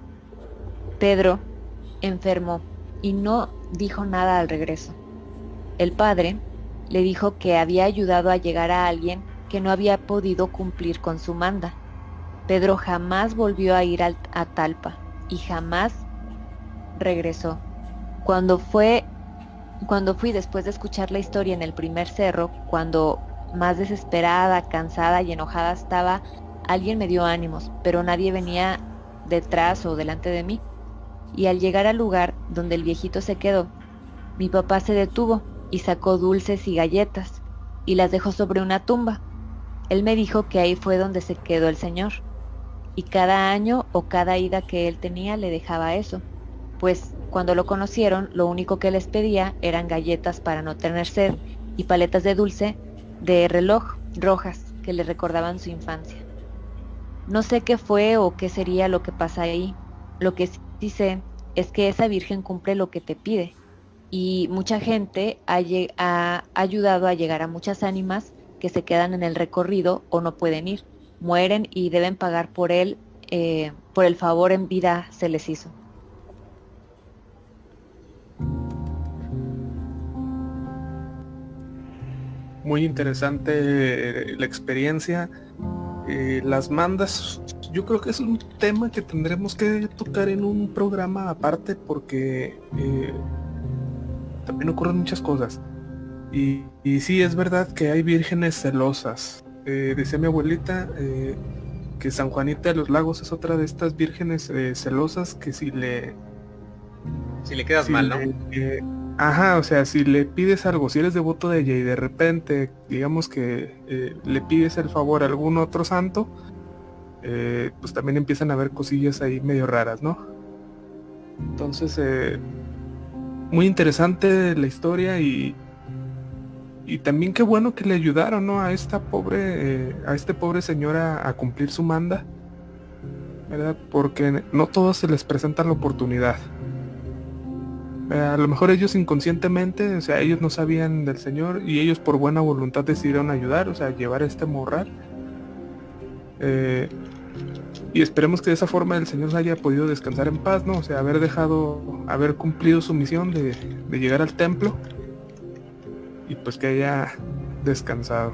Pedro enfermó y no dijo nada al regreso. El padre le dijo que había ayudado a llegar a alguien que no había podido cumplir con su manda. Pedro jamás volvió a ir al, a Talpa y jamás regresó. Cuando fue, cuando fui después de escuchar la historia en el primer cerro, cuando más desesperada, cansada y enojada estaba, alguien me dio ánimos, pero nadie venía detrás o delante de mí. Y al llegar al lugar donde el viejito se quedó, mi papá se detuvo y sacó dulces y galletas y las dejó sobre una tumba. Él me dijo que ahí fue donde se quedó el señor, y cada año o cada ida que él tenía le dejaba eso, pues cuando lo conocieron lo único que les pedía eran galletas para no tener sed y paletas de dulce de reloj rojas que le recordaban su infancia. No sé qué fue o qué sería lo que pasa ahí. Lo que sí sé es que esa virgen cumple lo que te pide, y mucha gente ha, ha ayudado a llegar a muchas ánimas que se quedan en el recorrido o no pueden ir, mueren y deben pagar por él, eh, por el favor en vida se les hizo. Muy interesante la experiencia. Eh, las mandas, yo creo que es un tema que tendremos que tocar en un programa aparte, porque eh, también ocurren muchas cosas. Y, y sí, es verdad que hay vírgenes celosas. Eh, decía mi abuelita eh, que San Juanita de los Lagos es otra de estas vírgenes eh, celosas que si le... Si le quedas si mal, ¿no? le, eh, ajá, o sea, si le pides algo, si eres devoto de ella y de repente, digamos que eh, le pides el favor a algún otro santo, eh, pues también empiezan a haber cosillas ahí medio raras, ¿no? Entonces, eh, muy interesante la historia y... Y también qué bueno que le ayudaron, ¿no? A esta pobre, eh, a este pobre señor a, a cumplir su manda, ¿verdad? Porque no todos se les presenta la oportunidad. Eh, a lo mejor ellos inconscientemente, o sea, ellos no sabían del señor y ellos por buena voluntad decidieron ayudar, o sea, llevar este morral. Eh, y esperemos que de esa forma el señor haya podido descansar en paz, ¿no? O sea, haber dejado, haber cumplido su misión de, de llegar al templo. Y pues que haya descansado.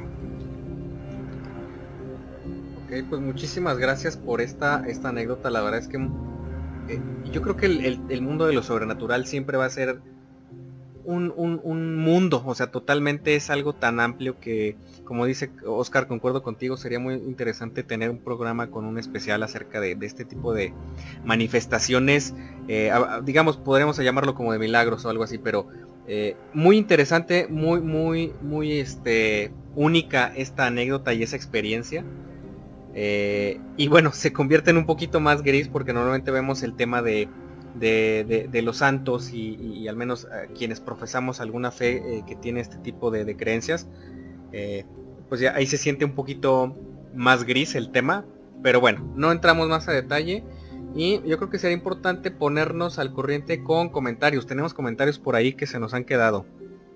Ok, pues muchísimas gracias por esta, esta anécdota. La verdad es que eh, yo creo que el, el, el mundo de lo sobrenatural siempre va a ser un, un, un mundo, o sea, totalmente es algo tan amplio que, como dice Oscar, concuerdo contigo, sería muy interesante tener un programa con un especial acerca de, de este tipo de manifestaciones, eh, digamos, podríamos llamarlo como de milagros o algo así, pero Eh, muy interesante, muy, muy, muy este, única esta anécdota y esa experiencia. Eh, y bueno, se convierte en un poquito más gris porque normalmente vemos el tema de, de, de, de los santos y, y, y al menos eh, quienes profesamos alguna fe eh, que tiene este tipo de, de creencias. Eh, pues ya ahí se siente un poquito más gris el tema. Pero bueno, no entramos más a detalle. Y yo creo que sería importante ponernos al corriente con comentarios. Tenemos comentarios por ahí que se nos han quedado.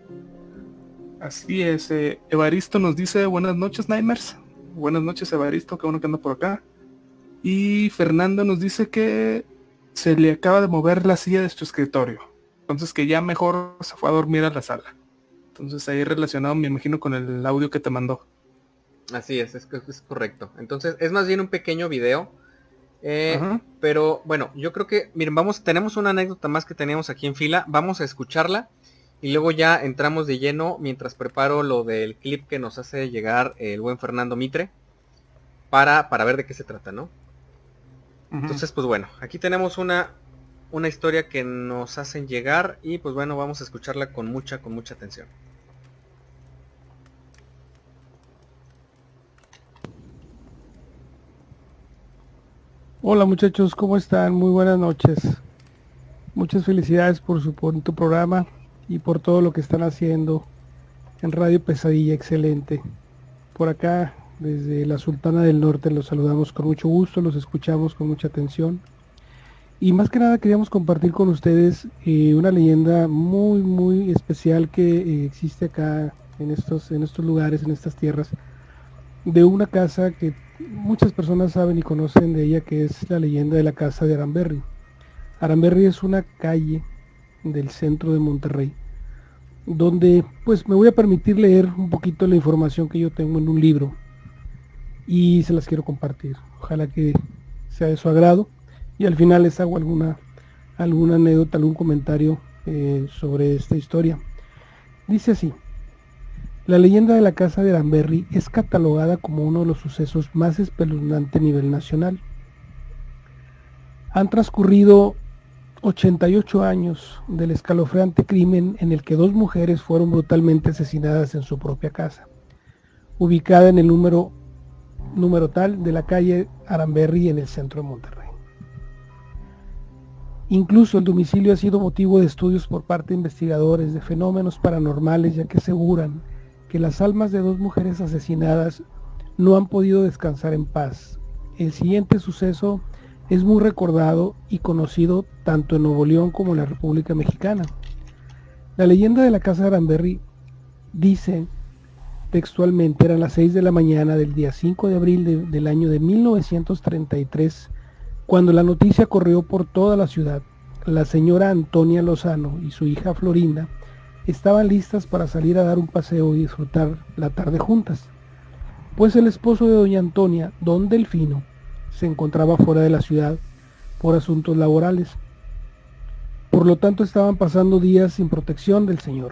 Así es, eh, Evaristo nos dice buenas noches, Nightmares. Buenas noches, Evaristo, qué bueno que anda por acá. Y Fernando nos dice que se le acaba de mover la silla de su escritorio. Entonces que ya mejor se fue a dormir a la sala. Entonces ahí relacionado me imagino con el audio que te mandó. Así es, es, es correcto. Entonces es más bien un pequeño video. Eh, pero bueno, yo creo que, miren, vamos, tenemos una anécdota más que teníamos aquí en fila, vamos a escucharla y luego ya entramos de lleno mientras preparo lo del clip que nos hace llegar el buen Fernando Mitre para, para ver de qué se trata, ¿no? Uh-huh. Entonces, pues bueno, aquí tenemos una, una historia que nos hacen llegar y pues bueno, vamos a escucharla con mucha, con mucha atención. Hola muchachos, ¿cómo están? Muy buenas noches. Muchas felicidades por su por tu programa y por todo lo que están haciendo en Radio Pesadilla, excelente. Por acá, desde la Sultana del Norte, los saludamos con mucho gusto, los escuchamos con mucha atención. Y más que nada queríamos compartir con ustedes eh, una leyenda muy muy especial que eh, existe acá en estos, en estos lugares, en estas tierras, de una casa que muchas personas saben y conocen de ella, que es la leyenda de la casa de Aramberry. Aramberry es una calle del centro de Monterrey, donde pues me voy a permitir leer un poquito la información que yo tengo en un libro y se las quiero compartir. Ojalá que sea de su agrado y al final les hago alguna, alguna anécdota, algún comentario eh, sobre esta historia. Dice así: la leyenda de la casa de Aranberry es catalogada como uno de los sucesos más espeluznantes a nivel nacional. Han transcurrido ochenta y ocho años del escalofriante crimen en el que dos mujeres fueron brutalmente asesinadas en su propia casa, ubicada en el número, número tal de la calle Aranberry en el centro de Monterrey. Incluso el domicilio ha sido motivo de estudios por parte de investigadores de fenómenos paranormales, ya que aseguran que las almas de dos mujeres asesinadas no han podido descansar en paz. El siguiente suceso es muy recordado y conocido tanto en Nuevo León como en la República Mexicana. La leyenda de la casa de Aranberry dice textualmente: eran las seis de la mañana del día cinco de abril de, del año de mil novecientos treinta y tres, cuando la noticia corrió por toda la ciudad. La señora Antonia Lozano y su hija Florinda estaban listas para salir a dar un paseo y disfrutar la tarde juntas, pues el esposo de doña Antonia, don Delfino, se encontraba fuera de la ciudad por asuntos laborales. Por lo tanto, estaban pasando días sin protección del señor.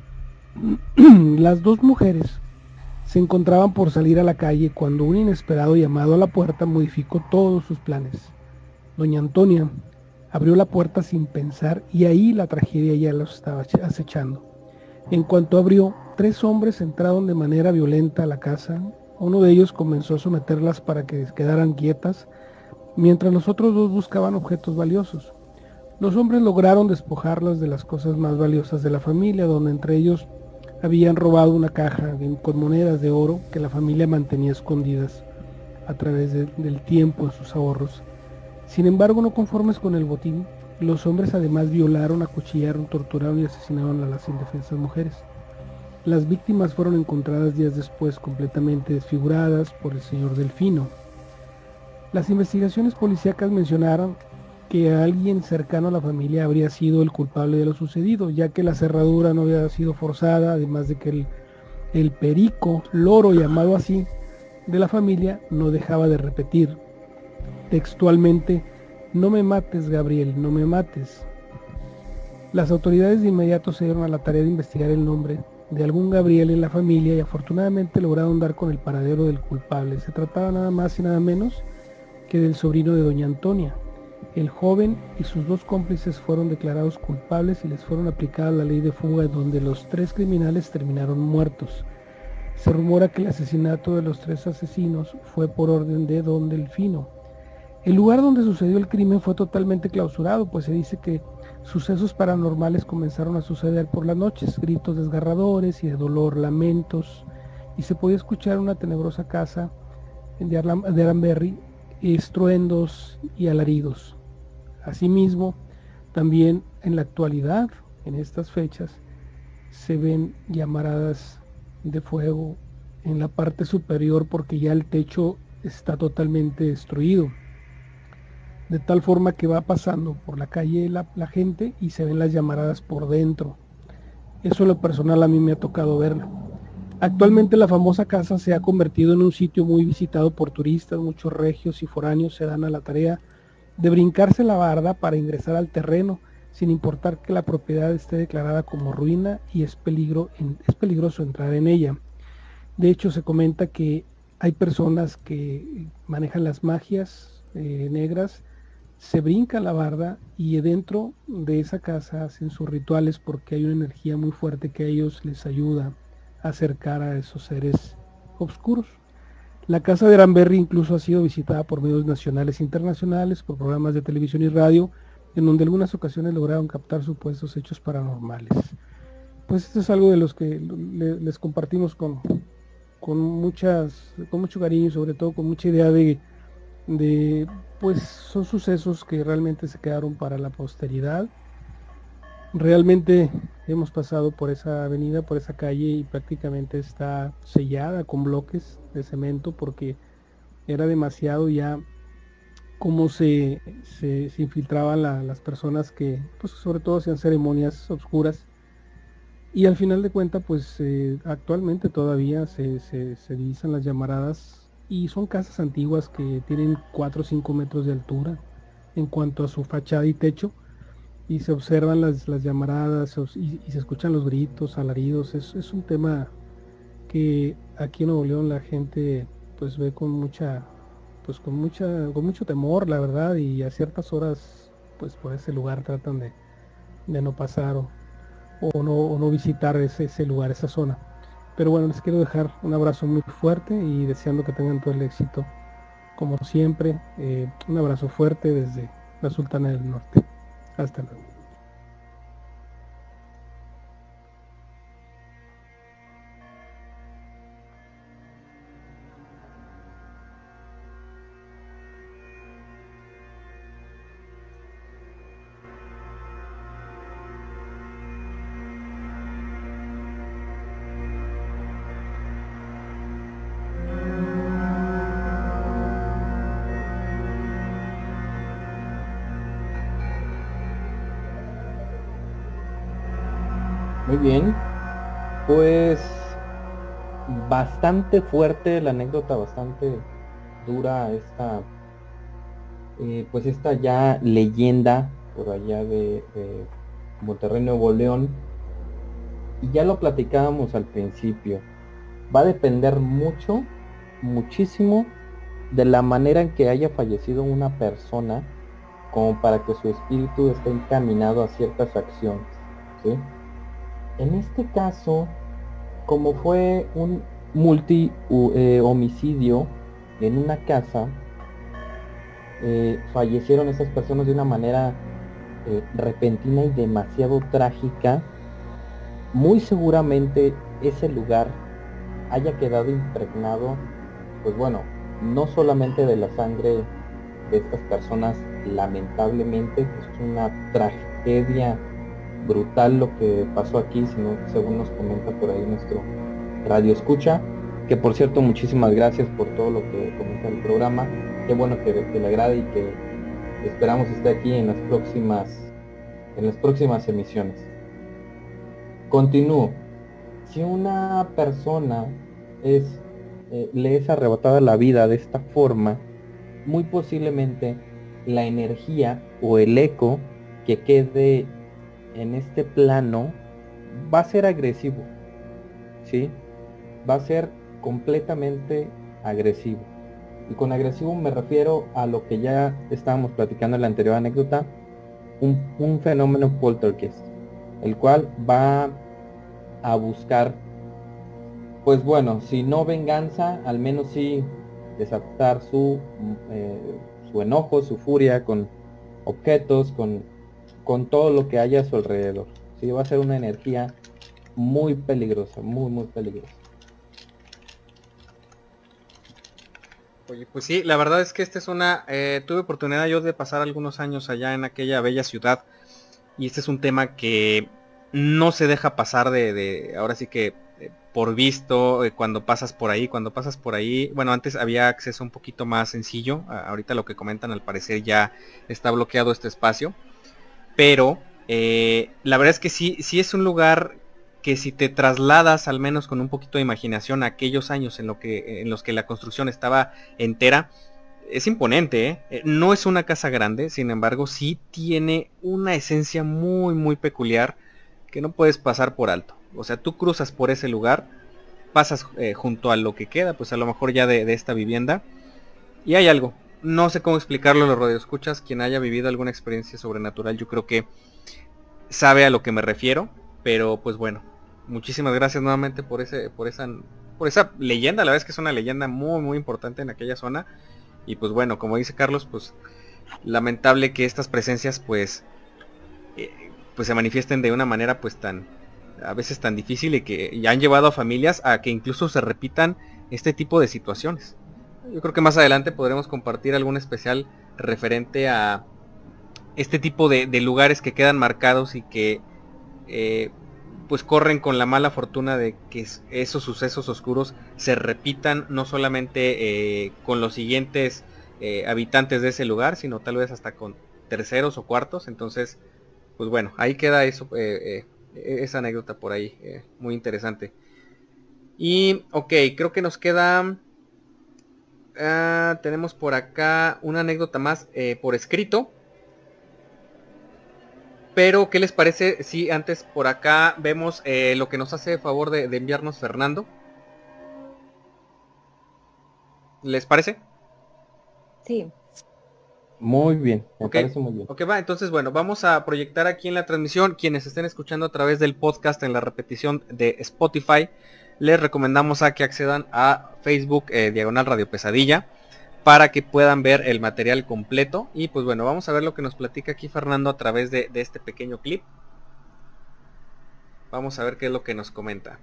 Las dos mujeres se encontraban por salir a la calle cuando un inesperado llamado a la puerta modificó todos sus planes. Doña Antonia abrió la puerta sin pensar y ahí la tragedia ya los estaba acechando. En cuanto abrió, tres hombres entraron de manera violenta a la casa. Uno de ellos comenzó a someterlas para que quedaran quietas, mientras los otros dos buscaban objetos valiosos. Los hombres lograron despojarlas de las cosas más valiosas de la familia, donde entre ellos habían robado una caja de, con monedas de oro que la familia mantenía escondidas a través de, del tiempo en sus ahorros. Sin embargo, no conformes con el botín, los hombres además violaron, acuchillaron, torturaron y asesinaron a las indefensas mujeres. Las víctimas fueron encontradas días después completamente desfiguradas por el señor Delfino. Las investigaciones policíacas mencionaron que alguien cercano a la familia habría sido el culpable de lo sucedido, ya que la cerradura no había sido forzada, además de que el, el perico, loro llamado así, de la familia no dejaba de repetir textualmente: no me mates, Gabriel, no me mates. Las autoridades de inmediato se dieron a la tarea de investigar el nombre de algún Gabriel en la familia y afortunadamente lograron dar con el paradero del culpable. Se trataba nada más y nada menos que del sobrino de doña Antonia. El joven y sus dos cómplices fueron declarados culpables y les fueron aplicadas la ley de fuga, donde los tres criminales terminaron muertos. Se rumora que el asesinato de los tres asesinos fue por orden de don Delfino. El lugar donde sucedió el crimen fue totalmente clausurado, pues se dice que sucesos paranormales comenzaron a suceder por las noches, gritos desgarradores y de dolor, lamentos, y se podía escuchar una tenebrosa casa de Aranberry, estruendos y alaridos. Asimismo, también en la actualidad, en estas fechas, se ven llamaradas de fuego en la parte superior porque ya el techo está totalmente destruido. De tal forma que va pasando por la calle la, la gente y se ven las llamaradas por dentro. Eso en lo personal a mí me ha tocado verlo. Actualmente la famosa casa se ha convertido en un sitio muy visitado por turistas. Muchos regios y foráneos se dan a la tarea de brincarse la barda para ingresar al terreno, sin importar que la propiedad esté declarada como ruina y es, peligro en, es peligroso entrar en ella. De hecho, se comenta que hay personas que manejan las magias eh, negras, se brincan la barda y dentro de esa casa hacen sus rituales porque hay una energía muy fuerte que a ellos les ayuda a acercar a esos seres oscuros. La casa de Aranberry incluso ha sido visitada por medios nacionales e internacionales, por programas de televisión y radio, en donde algunas ocasiones lograron captar supuestos hechos paranormales. Pues esto es algo de los que le, les compartimos con, con, muchas, con mucho cariño y sobre todo con mucha idea de, de pues son sucesos que realmente se quedaron para la posteridad. Realmente hemos pasado por esa avenida, por esa calle y prácticamente está sellada con bloques de cemento porque era demasiado ya cómo se, se, se infiltraban la, las personas que pues sobre todo hacían ceremonias oscuras. Y al final de cuentas, pues eh, actualmente todavía se, se, se divisan las llamaradas y son casas antiguas que tienen cuatro o cinco metros de altura en cuanto a su fachada y techo, y se observan las, las llamaradas y, y se escuchan los gritos, alaridos. Es, es un tema que aquí en Nuevo León la gente pues ve con mucha pues con mucha con mucho temor, la verdad, y a ciertas horas pues por ese lugar tratan de, de no pasar o, o no, o no visitar ese, ese lugar, esa zona. Pero bueno, les quiero dejar un abrazo muy fuerte y deseando que tengan todo el éxito como siempre. Eh, un abrazo fuerte desde la Sultana del Norte. Hasta luego. Muy bien, pues bastante fuerte la anécdota, bastante dura esta, eh, pues esta ya leyenda por allá de, de Monterrey, Nuevo León. Y ya lo platicábamos al principio, va a depender mucho, muchísimo de la manera en que haya fallecido una persona como para que su espíritu esté encaminado a ciertas acciones, ¿sí? En este caso, como fue un multi eh, homicidio en una casa, eh, fallecieron esas personas de una manera eh, repentina y demasiado trágica. Muy seguramente ese lugar haya quedado impregnado, pues bueno, no solamente de la sangre de estas personas, lamentablemente, es una tragedia brutal lo que pasó aquí, sino según nos comenta por ahí nuestro radio escucha, que por cierto muchísimas gracias por todo lo que comenta el programa. Qué bueno que, que le agrade y que esperamos esté aquí en las próximas en las próximas emisiones. Continúo. Si una persona es eh, le es arrebatada la vida de esta forma, muy posiblemente la energía o el eco que quede en este plano va a ser agresivo, ¿sí? Va a ser completamente agresivo. Y con agresivo me refiero a lo que ya estábamos platicando en la anterior anécdota, un, un fenómeno poltergeist, el cual va a buscar, pues bueno, si no venganza, al menos sí desatar su, eh, su enojo, su furia con objetos, con con todo lo que haya a su alrededor. Sí, va a ser una energía muy peligrosa, muy, muy peligrosa. Oye, pues sí, la verdad es que esta es una... Eh, tuve oportunidad yo de pasar algunos años allá en aquella bella ciudad, y este es un tema que no se deja pasar de... de ahora sí que eh, por visto, eh, cuando pasas por ahí, cuando pasas por ahí... Bueno, antes había acceso un poquito más sencillo, a, ahorita lo que comentan al parecer ya está bloqueado este espacio. Pero eh, la verdad es que sí, sí es un lugar que si te trasladas al menos con un poquito de imaginación a aquellos años en, lo que, en los que la construcción estaba entera, es imponente, ¿eh? No es una casa grande, sin embargo sí tiene una esencia muy muy peculiar que no puedes pasar por alto. O sea, tú cruzas por ese lugar, pasas eh, junto a lo que queda, pues a lo mejor ya de, de esta vivienda, y hay algo. No sé cómo explicarlo a los radioescuchas. Quien haya vivido alguna experiencia sobrenatural, yo creo que sabe a lo que me refiero. Pero pues bueno, muchísimas gracias nuevamente por ese, por esa, por esa leyenda. La verdad es que es una leyenda muy muy importante en aquella zona. Y pues bueno, como dice Carlos, pues lamentable que estas presencias pues eh, pues se manifiesten de una manera pues tan a veces tan difícil, y que ya han llevado a familias a que incluso se repitan este tipo de situaciones. Yo creo que más adelante podremos compartir algún especial referente a este tipo de, de lugares que quedan marcados y que eh, pues corren con la mala fortuna de que esos sucesos oscuros se repitan, no solamente eh, con los siguientes eh, habitantes de ese lugar, sino tal vez hasta con terceros o cuartos. Entonces, pues bueno, ahí queda eso, eh, eh, esa anécdota por ahí, eh, muy interesante. Y ok, creo que nos queda... uh, tenemos por acá una anécdota más eh, por escrito. Pero, ¿qué les parece si antes por acá vemos eh, lo que nos hace favor de, de enviarnos Fernando? ¿Les parece? Sí. Muy bien, me Okay. parece muy bien. Ok, va, entonces bueno, vamos a proyectar aquí en la transmisión. Quienes estén escuchando a través del podcast en la repetición de Spotify, les recomendamos a que accedan a Facebook eh, Diagonal Radio Pesadilla para que puedan ver el material completo. Y pues bueno, vamos a ver lo que nos platica aquí Fernando a través de, de este pequeño clip. Vamos a ver qué es lo que nos comenta.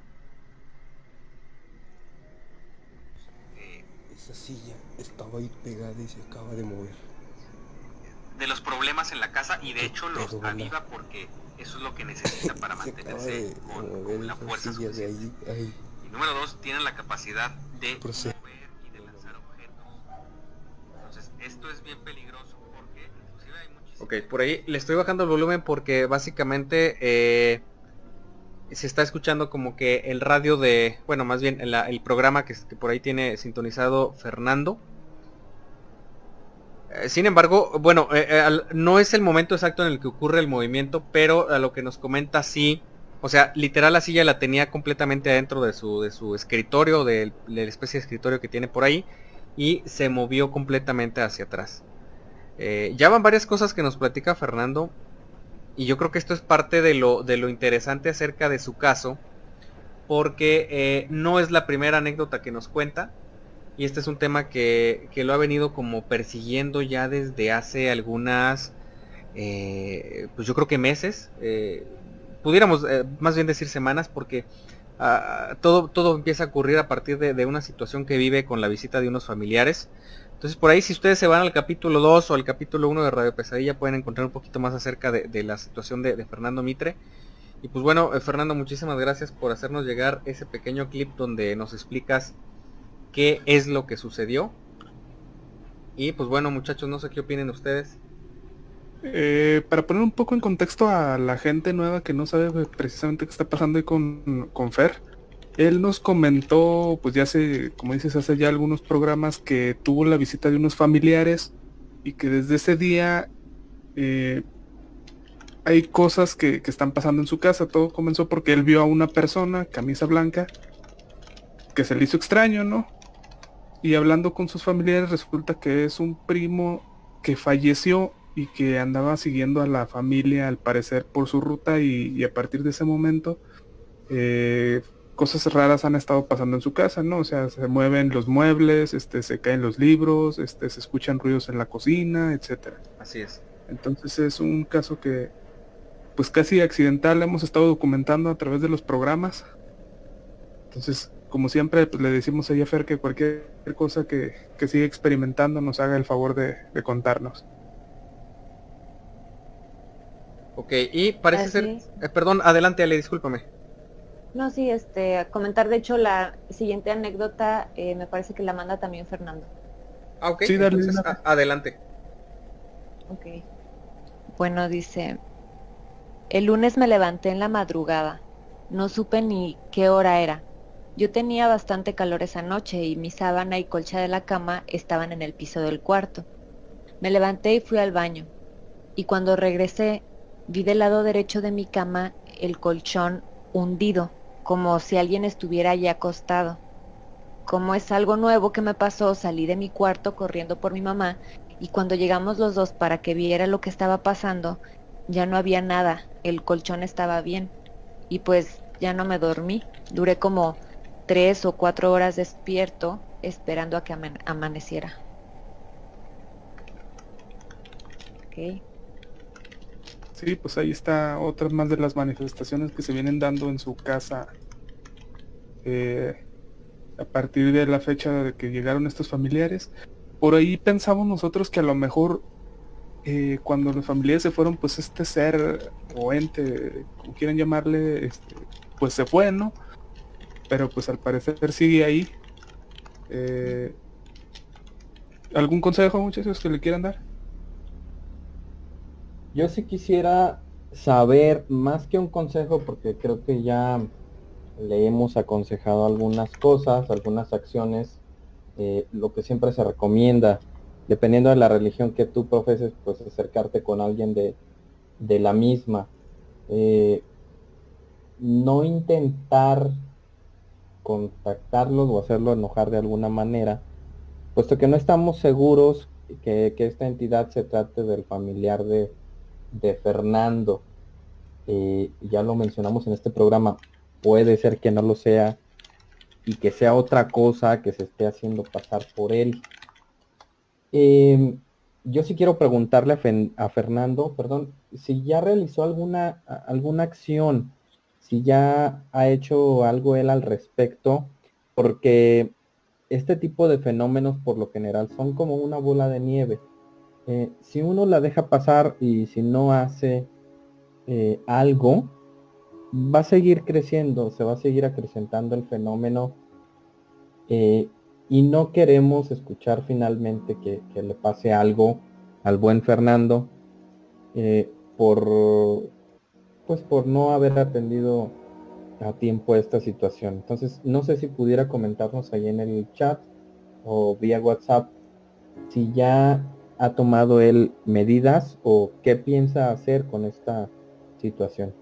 Esa silla estaba ahí pegada y se acaba de mover. De los problemas en la casa y de Qué hecho los perdona. aviva porque eso es lo que necesita para Se acaba mantenerse de con, mover con la esa fuerza silla de suficiente. ahí. ahí. Y número dos, tienen la capacidad de Procede. mover y de lanzar objetos. Entonces, esto es bien peligroso porque inclusive hay muchísimos... Ok, por ahí le estoy bajando el volumen porque básicamente eh, se está escuchando como que el radio de... Bueno, más bien la- el programa que, que por ahí tiene sintonizado Fernando. Eh, Sin embargo, bueno, eh, eh, al- no es el momento exacto en el que ocurre el movimiento, pero a lo que nos comenta sí, o sea, literal la silla la tenía completamente adentro de su, de su escritorio, del- de la especie de escritorio que tiene por ahí, y se movió completamente hacia atrás. Eh, ya van varias cosas que nos platica Fernando, y yo creo que esto es parte de lo, de lo interesante acerca de su caso, porque eh, no es la primera anécdota que nos cuenta. Y este es un tema que, que lo ha venido como persiguiendo ya desde hace algunas, eh, pues yo creo que meses, eh, pudiéramos eh, más bien decir semanas, porque ah, todo, todo empieza a ocurrir a partir de, de una situación que vive con la visita de unos familiares. Entonces por ahí si ustedes se van al capítulo dos o al capítulo uno de Radio Pesadilla pueden encontrar un poquito más acerca de, de la situación de, de Fernando Mitre. Y pues bueno, eh, Fernando, muchísimas gracias por hacernos llegar ese pequeño clip donde nos explicas qué es lo que sucedió. Y pues bueno, muchachos, no sé qué opinen ustedes. Eh, para poner un poco en contexto a la gente nueva que no sabe precisamente qué está pasando ahí con, con Fer, él nos comentó, pues ya hace, como dices, hace ya algunos programas que tuvo la visita de unos familiares y que desde ese día eh, hay cosas que, que están pasando en su casa. Todo comenzó porque él vio a una persona, camisa blanca, que se le hizo extraño, ¿no? Y hablando con sus familiares resulta que es un primo que falleció y que andaba siguiendo a la familia al parecer por su ruta y, y a partir de ese momento eh, cosas raras han estado pasando en su casa, ¿no? O sea, se mueven los muebles, este, se caen los libros, este, se escuchan ruidos en la cocina, etcétera. Así es. Entonces es un caso que pues casi accidental hemos estado documentando a través de los programas. Entonces, como siempre, pues le decimos a Fer que cualquier cosa que, que siga experimentando nos haga el favor de, de contarnos. Ok, y parece Así ser... es. eh, perdón, adelante Ale, discúlpame. No, sí, este, a comentar, de hecho, la siguiente anécdota eh, me parece que la manda también Fernando. Ah, ok, Sí, dale, entonces dale. a- adelante. Ok. Bueno, dice, el lunes me levanté en la madrugada. No supe ni qué hora era. Yo tenía bastante calor esa noche y mi sábana y colcha de la cama estaban en el piso del cuarto. Me levanté y fui al baño. Y cuando regresé, vi del lado derecho de mi cama el colchón hundido, como si alguien estuviera allí acostado. Como es algo nuevo que me pasó, salí de mi cuarto corriendo por mi mamá y cuando llegamos los dos para que viera lo que estaba pasando, ya no había nada, el colchón estaba bien. Y pues ya no me dormí, duré como tres o cuatro horas despierto esperando a que aman- amaneciera. Ok. Sí, pues ahí está otra más de las manifestaciones que se vienen dando en su casa eh, a partir de la fecha de que llegaron estos familiares. Por ahí pensamos nosotros que a lo mejor eh, cuando los familiares se fueron, pues este ser o ente, como quieran llamarle, este, pues se fue, ¿no? Pero pues al parecer sigue ahí. Eh, ¿Algún consejo, muchachos, que le quieran dar? Yo sí quisiera saber, más que un consejo, porque creo que ya le hemos aconsejado algunas cosas, algunas acciones eh, lo que siempre se recomienda, dependiendo de la religión que tú profeses, pues acercarte con alguien de, de la misma. Eh, no intentar contactarlos o hacerlo enojar de alguna manera, puesto que no estamos seguros que, que esta entidad se trate del familiar de, de Fernando. Eh, ya lo mencionamos en este programa, puede ser que no lo sea y que sea otra cosa que se esté haciendo pasar por él. Eh, yo sí quiero preguntarle a, Fen, a Fernando, perdón, si ya realizó alguna, alguna acción, si ya ha hecho algo él al respecto, porque este tipo de fenómenos por lo general son como una bola de nieve. Eh, si uno la deja pasar y si no hace eh, algo, va a seguir creciendo, se va a seguir acrecentando el fenómeno, eh, y no queremos escuchar finalmente que, que le pase algo al buen Fernando, eh, por pues por no haber atendido a tiempo esta situación. Entonces, no sé si pudiera comentarnos ahí en el chat o vía WhatsApp si ya ha tomado él medidas o qué piensa hacer con esta situación.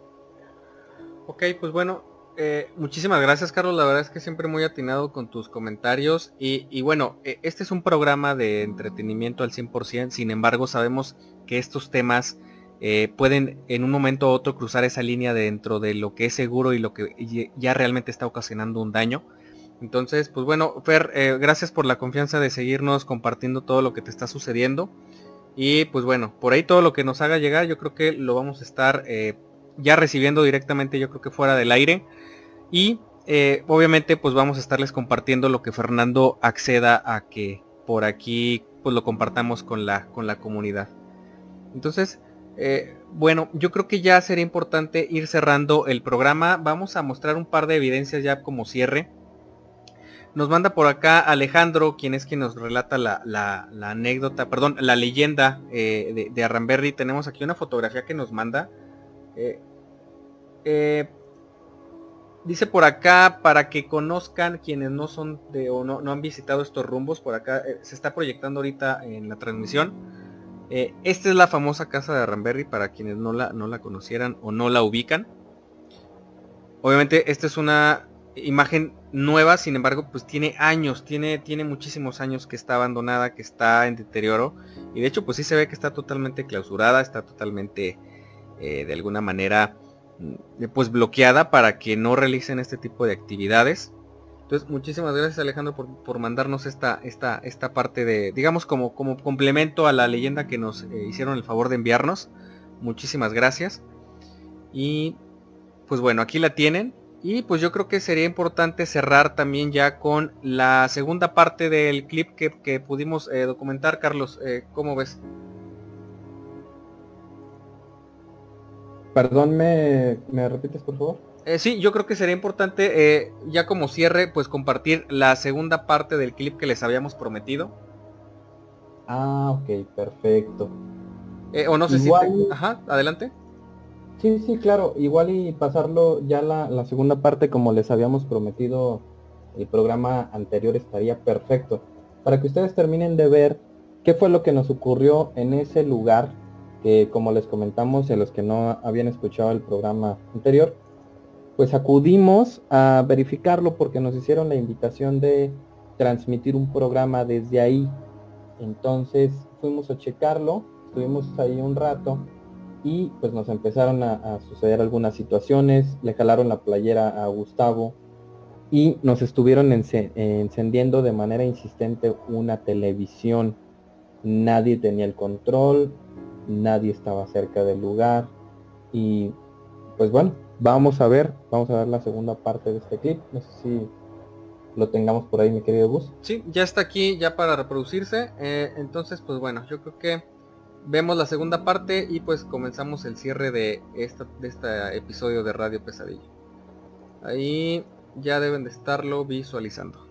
Ok, pues bueno, eh, muchísimas gracias, Carlos. La verdad es que siempre muy atinado con tus comentarios. Y, y bueno, eh, este es un programa de entretenimiento al cien por ciento. Sin embargo, sabemos que estos temas eh, pueden en un momento u otro cruzar esa línea dentro de lo que es seguro y lo que ya realmente está ocasionando un daño. Entonces, pues bueno, Fer, eh, gracias por la confianza de seguirnos compartiendo todo lo que te está sucediendo. Y pues bueno, por ahí todo lo que nos haga llegar, yo creo que lo vamos a estar eh, ya recibiendo directamente, yo creo que fuera del aire. Y eh, obviamente pues vamos a estarles compartiendo lo que Fernando acceda a que por aquí pues lo compartamos con la, con la comunidad. Entonces, eh, bueno, yo creo que ya sería importante ir cerrando el programa. Vamos a mostrar un par de evidencias ya como cierre. Nos manda por acá Alejandro, quien es quien nos relata la, la, la anécdota, perdón, la leyenda eh, de, de Arramberry. Tenemos aquí una fotografía que nos manda. Eh, eh, dice por acá, para que conozcan quienes no son de o no, no han visitado estos rumbos, por acá eh, se está proyectando ahorita en la transmisión. Eh, esta es la famosa casa de Arramberry, para quienes no la, no la conocieran o no la ubican. Obviamente esta es una imagen nueva, sin embargo pues tiene años, tiene, tiene muchísimos años que está abandonada, que está en deterioro. Y de hecho pues sí se ve que está totalmente clausurada, está totalmente eh, de alguna manera pues bloqueada para que no realicen este tipo de actividades. Entonces muchísimas gracias, Alejandro, por, por mandarnos esta, esta, esta parte de, digamos, como, como complemento a la leyenda que nos eh, hicieron el favor de enviarnos. Muchísimas gracias. Y pues bueno, aquí la tienen. Y pues yo creo que sería importante cerrar también ya con la segunda parte del clip que, que pudimos eh, documentar. Carlos, eh, ¿cómo ves? Perdón, ¿me, me repites por favor? Eh, sí, yo creo que sería importante eh, ya como cierre pues compartir la segunda parte del clip que les habíamos prometido. Ah, ok, perfecto. Eh, o no sé Igual... si... Te... Ajá, adelante. Sí, sí, claro, igual y pasarlo ya la, la segunda parte como les habíamos prometido el programa anterior estaría perfecto, para que ustedes terminen de ver qué fue lo que nos ocurrió en ese lugar, que como les comentamos a los que no habían escuchado el programa anterior, pues acudimos a verificarlo porque nos hicieron la invitación de transmitir un programa desde ahí. Entonces fuimos a checarlo, estuvimos ahí un rato y pues nos empezaron a, a suceder algunas situaciones. Le jalaron la playera a Gustavo y nos estuvieron ence encendiendo de manera insistente una televisión. Nadie tenía el control, nadie estaba cerca del lugar y pues bueno, vamos a ver, vamos a ver la segunda parte de este clip. No sé si lo tengamos por ahí, mi querido Gus. Sí, ya está aquí ya para reproducirse. Eh, entonces pues bueno, yo creo que vemos la segunda parte y pues comenzamos el cierre de, esta, de este episodio de Radio Pesadilla. Ahí ya deben de estarlo visualizando.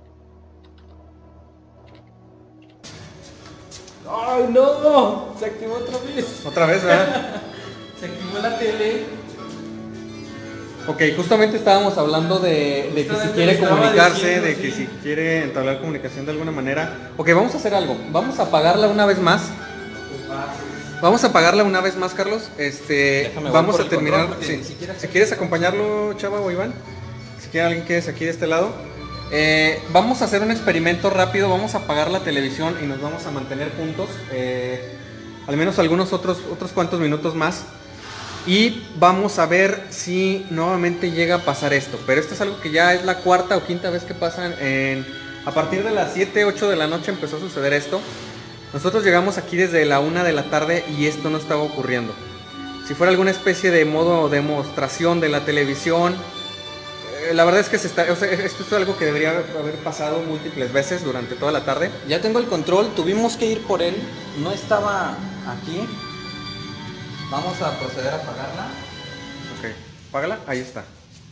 ¡Ay, no! Se activó otra vez. Otra vez, ¿verdad? Se activó la tele. Ok, justamente estábamos hablando de, de que si quiere comunicarse, de que si quiere entablar comunicación de alguna manera. Ok, vamos a hacer algo. Vamos a apagarla una vez más. Vamos a apagarla una vez más, Carlos. Este, Déjame, voy vamos por a el terminar. control, porque Sí. ni siquiera sé Si qué quieres es. acompañarlo, Chava o Iván. Si quiere alguien que es aquí de este lado. Eh, vamos a hacer un experimento rápido. Vamos a apagar la televisión y nos vamos a mantener juntos. Eh, al menos algunos otros, otros cuantos minutos más. Y vamos a ver si nuevamente llega a pasar esto. Pero esto es algo que ya es la cuarta o quinta vez que pasa. En, a partir de las siete, ocho de la noche empezó a suceder esto. Nosotros llegamos aquí desde la una de la tarde y esto no estaba ocurriendo. Si fuera alguna especie de modo de demostración de la televisión, eh, la verdad es que se está, o sea, esto es algo que debería haber pasado múltiples veces durante toda la tarde. Ya tengo el control, tuvimos que ir por él, no estaba aquí. Vamos a proceder a apagarla. Ok, apágala, ahí está.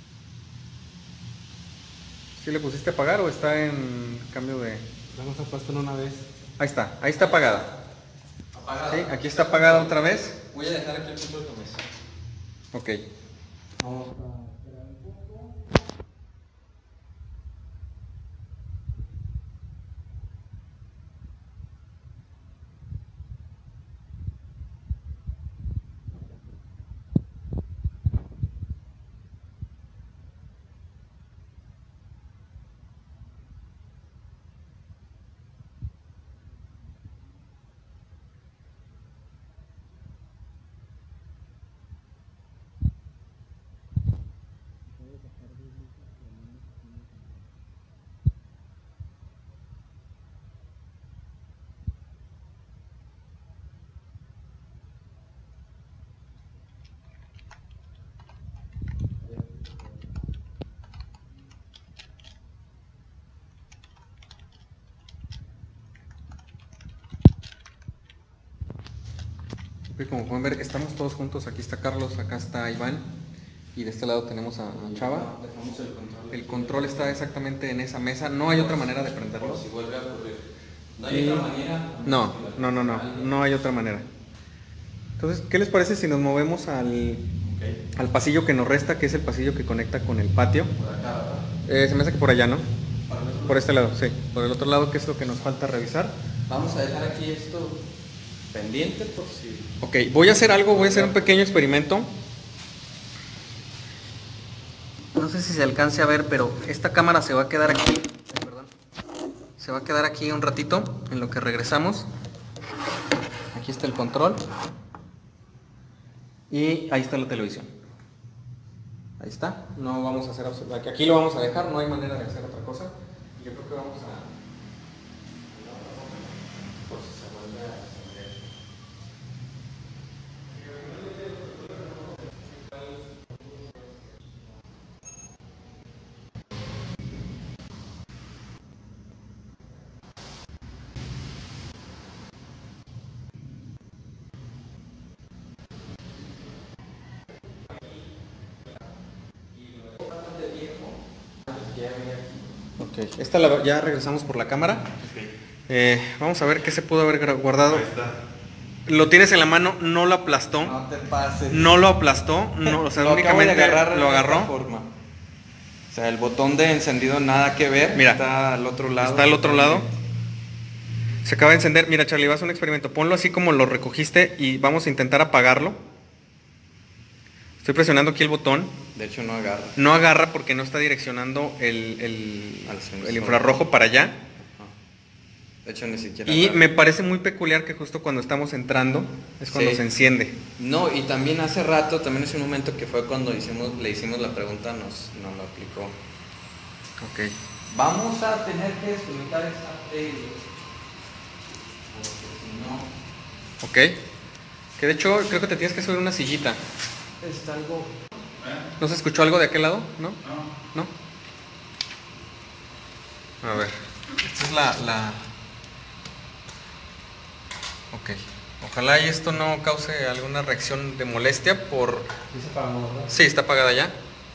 ¿Sí le pusiste a apagar o está en cambio de...? La hemos puesto en una vez. Ahí está, ahí está apagada. Apagada. Sí, aquí está apagada otra vez. Voy a dejar aquí el control de mesa. Ok. Vamos a esperar un poco. Ok, como pueden ver, estamos todos juntos. Aquí está Carlos, acá está Iván. Y de este lado tenemos a, a Chava. Dejamos el control. El control está exactamente en esa mesa. No hay otra manera de prenderlo. Si vuelve a ocurrir. No hay Y- otra manera. No, no, no, no. No hay otra manera. Entonces, ¿qué les parece si nos movemos al, al pasillo que nos resta, que es el pasillo que conecta con el patio? Por acá, ¿verdad? Eh, se me hace que por allá, ¿no? Para el otro Por este lado, sí. Por el otro lado, ¿qué es lo que nos falta revisar? Vamos a dejar aquí esto pendiente por si... Ok, voy a hacer algo, voy a hacer un pequeño experimento. No sé si se alcance a ver, pero esta cámara se va a quedar aquí. Ay, perdón. Se va a quedar aquí un ratito en lo que regresamos. Aquí está el control. Y ahí está la televisión. Ahí está. No vamos a hacer absolutamente... Aquí lo vamos a dejar, no hay manera de hacer otra cosa. Yo creo que vamos a... Por si se vuelve a encender. Ok, esta la- ya regresamos por la cámara. Eh, vamos a ver qué se pudo haber gra- guardado. Lo tienes en la mano, no lo aplastó. No te pases. No lo aplastó, no, o sea, Lo acabo de únicamente agarrar lo de esta agarró. forma. O sea, el botón de encendido nada que ver. Mira, está al otro lado. Está al otro lado. Se acaba de encender. Mira, Charlie, vas a un experimento. Ponlo así como lo recogiste y vamos a intentar apagarlo. Estoy presionando aquí el botón. De hecho no agarra. No agarra porque no está direccionando el, el, Al sensor. el infrarrojo para allá. De hecho ni siquiera Y agarra. me parece muy peculiar que justo cuando estamos entrando es cuando Sí. se enciende. No, y también hace rato, también es un momento que fue cuando hicimos, le hicimos la pregunta, nos, nos lo aplicó. Ok. Vamos a tener que desconectar esta tele. Porque si Ok. Que de hecho creo que te tienes que subir una sillita. no, está algo... ¿No se escuchó algo de aquel lado? ¿No? ¿No? A ver. Esta es la... la... Ok. Ojalá y esto no cause alguna reacción de molestia por... Sí, está apagada ya.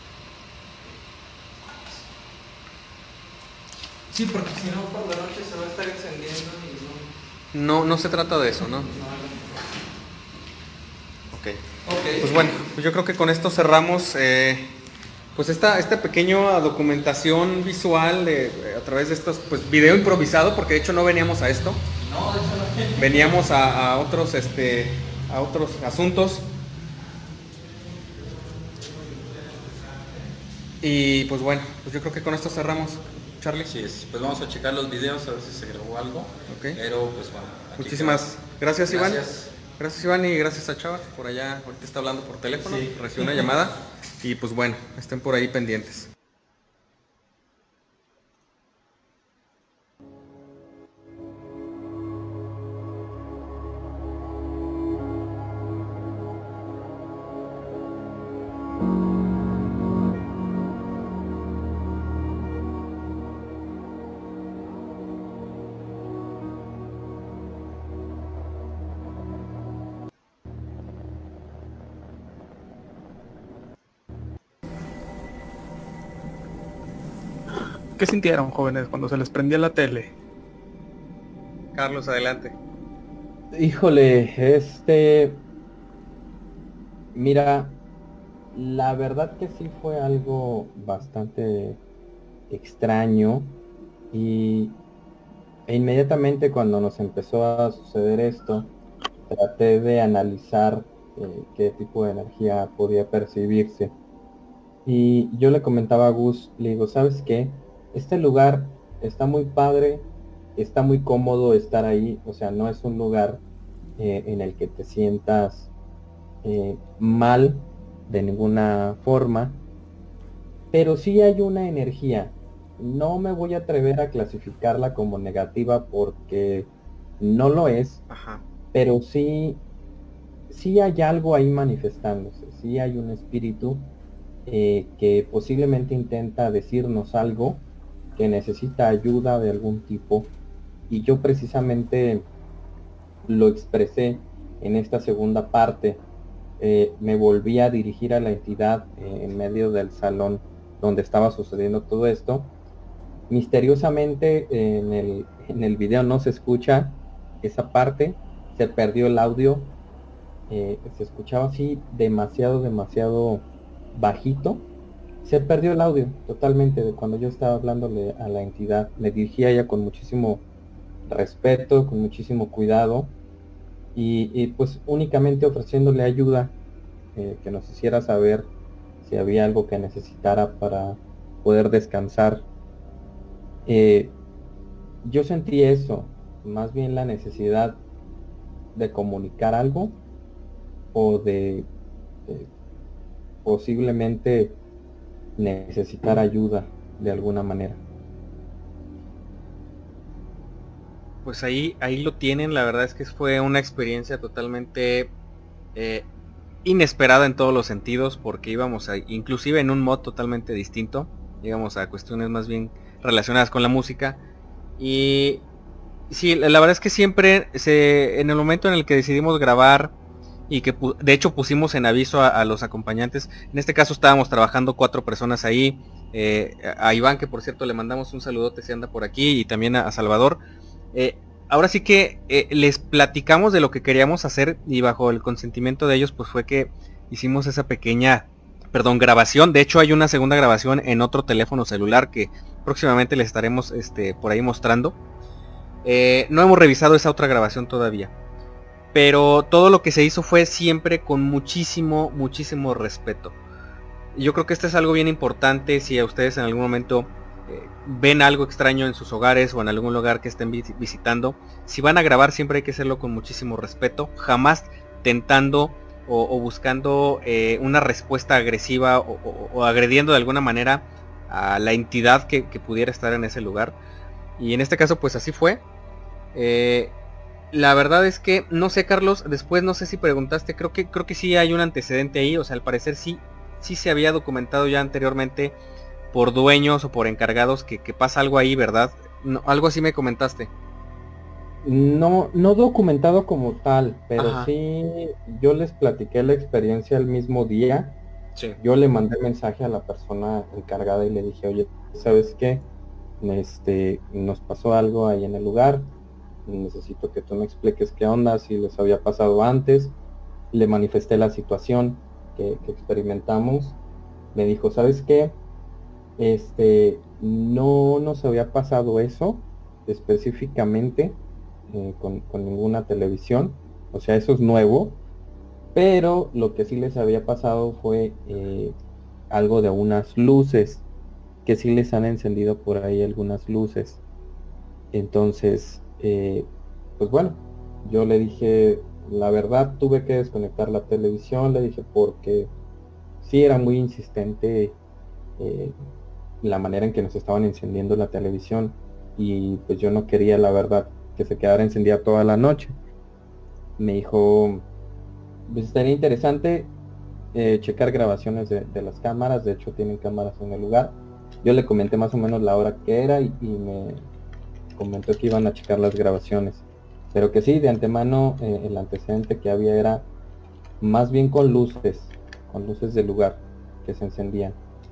Sí, porque si no por la noche se va a estar encendiendo y no... No, no se trata de eso, ¿no? Ok. Ok. Pues bueno, pues yo creo que con esto cerramos eh, pues esta, esta pequeña documentación visual de, a través de estos, pues video improvisado, porque de hecho no veníamos a esto. No, de hecho no. Veníamos a, a otros, este, a otros asuntos. Y pues bueno, pues yo creo que con esto cerramos, Charlie. Sí, es. Pues vamos a checar los videos a ver si se grabó algo. Okay. Pero pues bueno. Muchísimas gracias, Iván. Gracias. Gracias, Iván, y gracias a Chava por allá. Ahorita está hablando por teléfono, Sí. recibió una llamada. Y pues bueno, estén por ahí pendientes. ¿Qué sintieron, jóvenes, cuando se les prendía la tele? Carlos, adelante. Híjole, este... Mira, la verdad que sí fue algo bastante extraño y e inmediatamente cuando nos empezó a suceder esto, traté de analizar eh, qué tipo de energía podía percibirse. Y yo le comentaba a Gus, le digo, ¿sabes qué? Este lugar está muy padre, está muy cómodo estar ahí, o sea, no es un lugar eh, en el que te sientas eh, mal de ninguna forma, pero sí hay una energía. No me voy a atrever a clasificarla como negativa porque no lo es, Ajá. pero sí, sí hay algo ahí manifestándose, sí hay un espíritu eh, que posiblemente intenta decirnos algo, que necesita ayuda de algún tipo, y yo precisamente lo expresé en esta segunda parte. Eh, me volví a dirigir a la entidad eh, en medio del salón donde estaba sucediendo todo esto. Misteriosamente eh, en el, en el video no se escucha esa parte, se perdió el audio, eh, se escuchaba así demasiado, demasiado bajito. Se perdió el audio totalmente de cuando yo estaba hablándole a la entidad. Me dirigía a ella con muchísimo respeto, con muchísimo cuidado y, y pues únicamente ofreciéndole ayuda, eh, que nos hiciera saber si había algo que necesitara para poder descansar. Eh, yo sentí eso, más bien la necesidad de comunicar algo o de eh, posiblemente necesitar ayuda de alguna manera. Pues ahí, ahí lo tienen, la verdad es que fue una experiencia totalmente eh, inesperada en todos los sentidos, porque íbamos a, inclusive en un mod totalmente distinto, íbamos a cuestiones más bien relacionadas con la música, y sí, la verdad es que siempre, se, en el momento en el que decidimos grabar, y que de hecho pusimos en aviso a, a los acompañantes, en este caso estábamos trabajando cuatro personas ahí, eh, a Iván, que por cierto le mandamos un saludote si anda por aquí, y también a, a Salvador. Eh, ahora sí que eh, les platicamos de lo que queríamos hacer, y bajo el consentimiento de ellos pues fue que hicimos esa pequeña, perdón, grabación. De hecho hay una segunda grabación en otro teléfono celular que próximamente les estaremos este, por ahí mostrando. Eh, no hemos revisado esa otra grabación todavía, pero todo lo que se hizo fue siempre con muchísimo, muchísimo respeto. Yo creo que esto es algo bien importante. Si a ustedes en algún momento eh, ven algo extraño en sus hogares o en algún lugar que estén vis visitando, si van a grabar siempre hay que hacerlo con muchísimo respeto, jamás tentando o, o buscando eh, una respuesta agresiva o, o, o agrediendo de alguna manera a la entidad que, que pudiera estar en ese lugar. Y en este caso pues así fue. Eh, La verdad es que, no sé, Carlos, después no sé si preguntaste, creo que creo que sí hay un antecedente ahí, o sea, al parecer sí, sí se había documentado ya anteriormente por dueños o por encargados que, que pasa algo ahí, ¿verdad? No, algo así me comentaste. No, no documentado como tal, pero Ajá. sí yo les platiqué la experiencia el mismo día. Sí. Yo le mandé mensaje a la persona encargada y le dije, oye, ¿sabes qué? Este, nos pasó algo ahí en el lugar. Necesito que tú me expliques qué onda, si les había pasado antes. Le manifesté la situación que, que experimentamos me dijo, ¿sabes qué? Este, no nos había pasado eso específicamente eh, con, con ninguna televisión, o sea, eso es nuevo, pero lo que sí les había pasado fue eh, algo de unas luces, que sí les han encendido por ahí algunas luces. Entonces, eh, pues bueno, yo le dije, la verdad tuve que desconectar la televisión, le dije, porque sí era muy insistente eh, la manera en que nos estaban encendiendo la televisión, y pues yo no quería, la verdad, que se quedara encendida toda la noche. Me dijo, pues estaría interesante eh, checar grabaciones de, de las cámaras, de hecho tienen cámaras en el lugar. Yo le comenté más o menos la hora que era y, y me comentó que iban a checar las grabaciones, pero que sí, de antemano eh, el antecedente que había era más bien con luces, con luces del lugar que se encendían.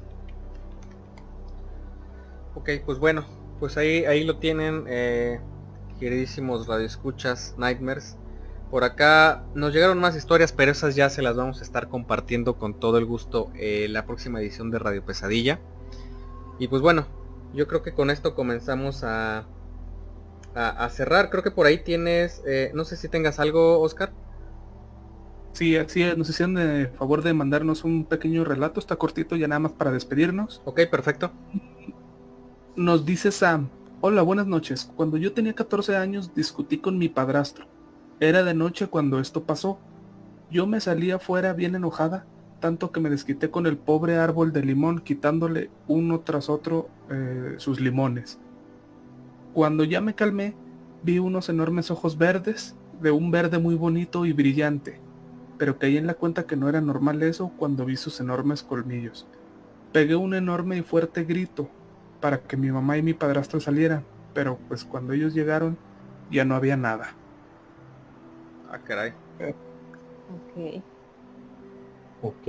Ok, pues bueno, pues ahí, ahí lo tienen, eh, queridísimos radioescuchas, Nightmares. Por acá nos llegaron más historias, pero esas ya se las vamos a estar compartiendo con todo el gusto eh, la próxima edición de Radio Pesadilla. Y pues bueno, yo creo que con esto comenzamos a, a, a cerrar. Creo que por ahí tienes, eh, no sé si tengas algo, Oscar. Sí, así es, nos hicieron el favor de mandarnos un pequeño relato, está cortito ya nada más para despedirnos. Ok, perfecto. Nos dice Sam, hola, buenas noches. Cuando yo tenía catorce años discutí con mi padrastro. Era de noche cuando esto pasó. Yo me salí afuera bien enojada, tanto que me desquité con el pobre árbol de limón, quitándole uno tras otro eh, sus limones. Cuando ya me calmé, vi unos enormes ojos verdes, de un verde muy bonito y brillante, pero caí en la cuenta que no era normal eso cuando vi sus enormes colmillos. Pegué un enorme y fuerte grito para que mi mamá y mi padrastro salieran, pero pues cuando ellos llegaron ya no había nada. Ah, caray. Eh, Ok. Ok.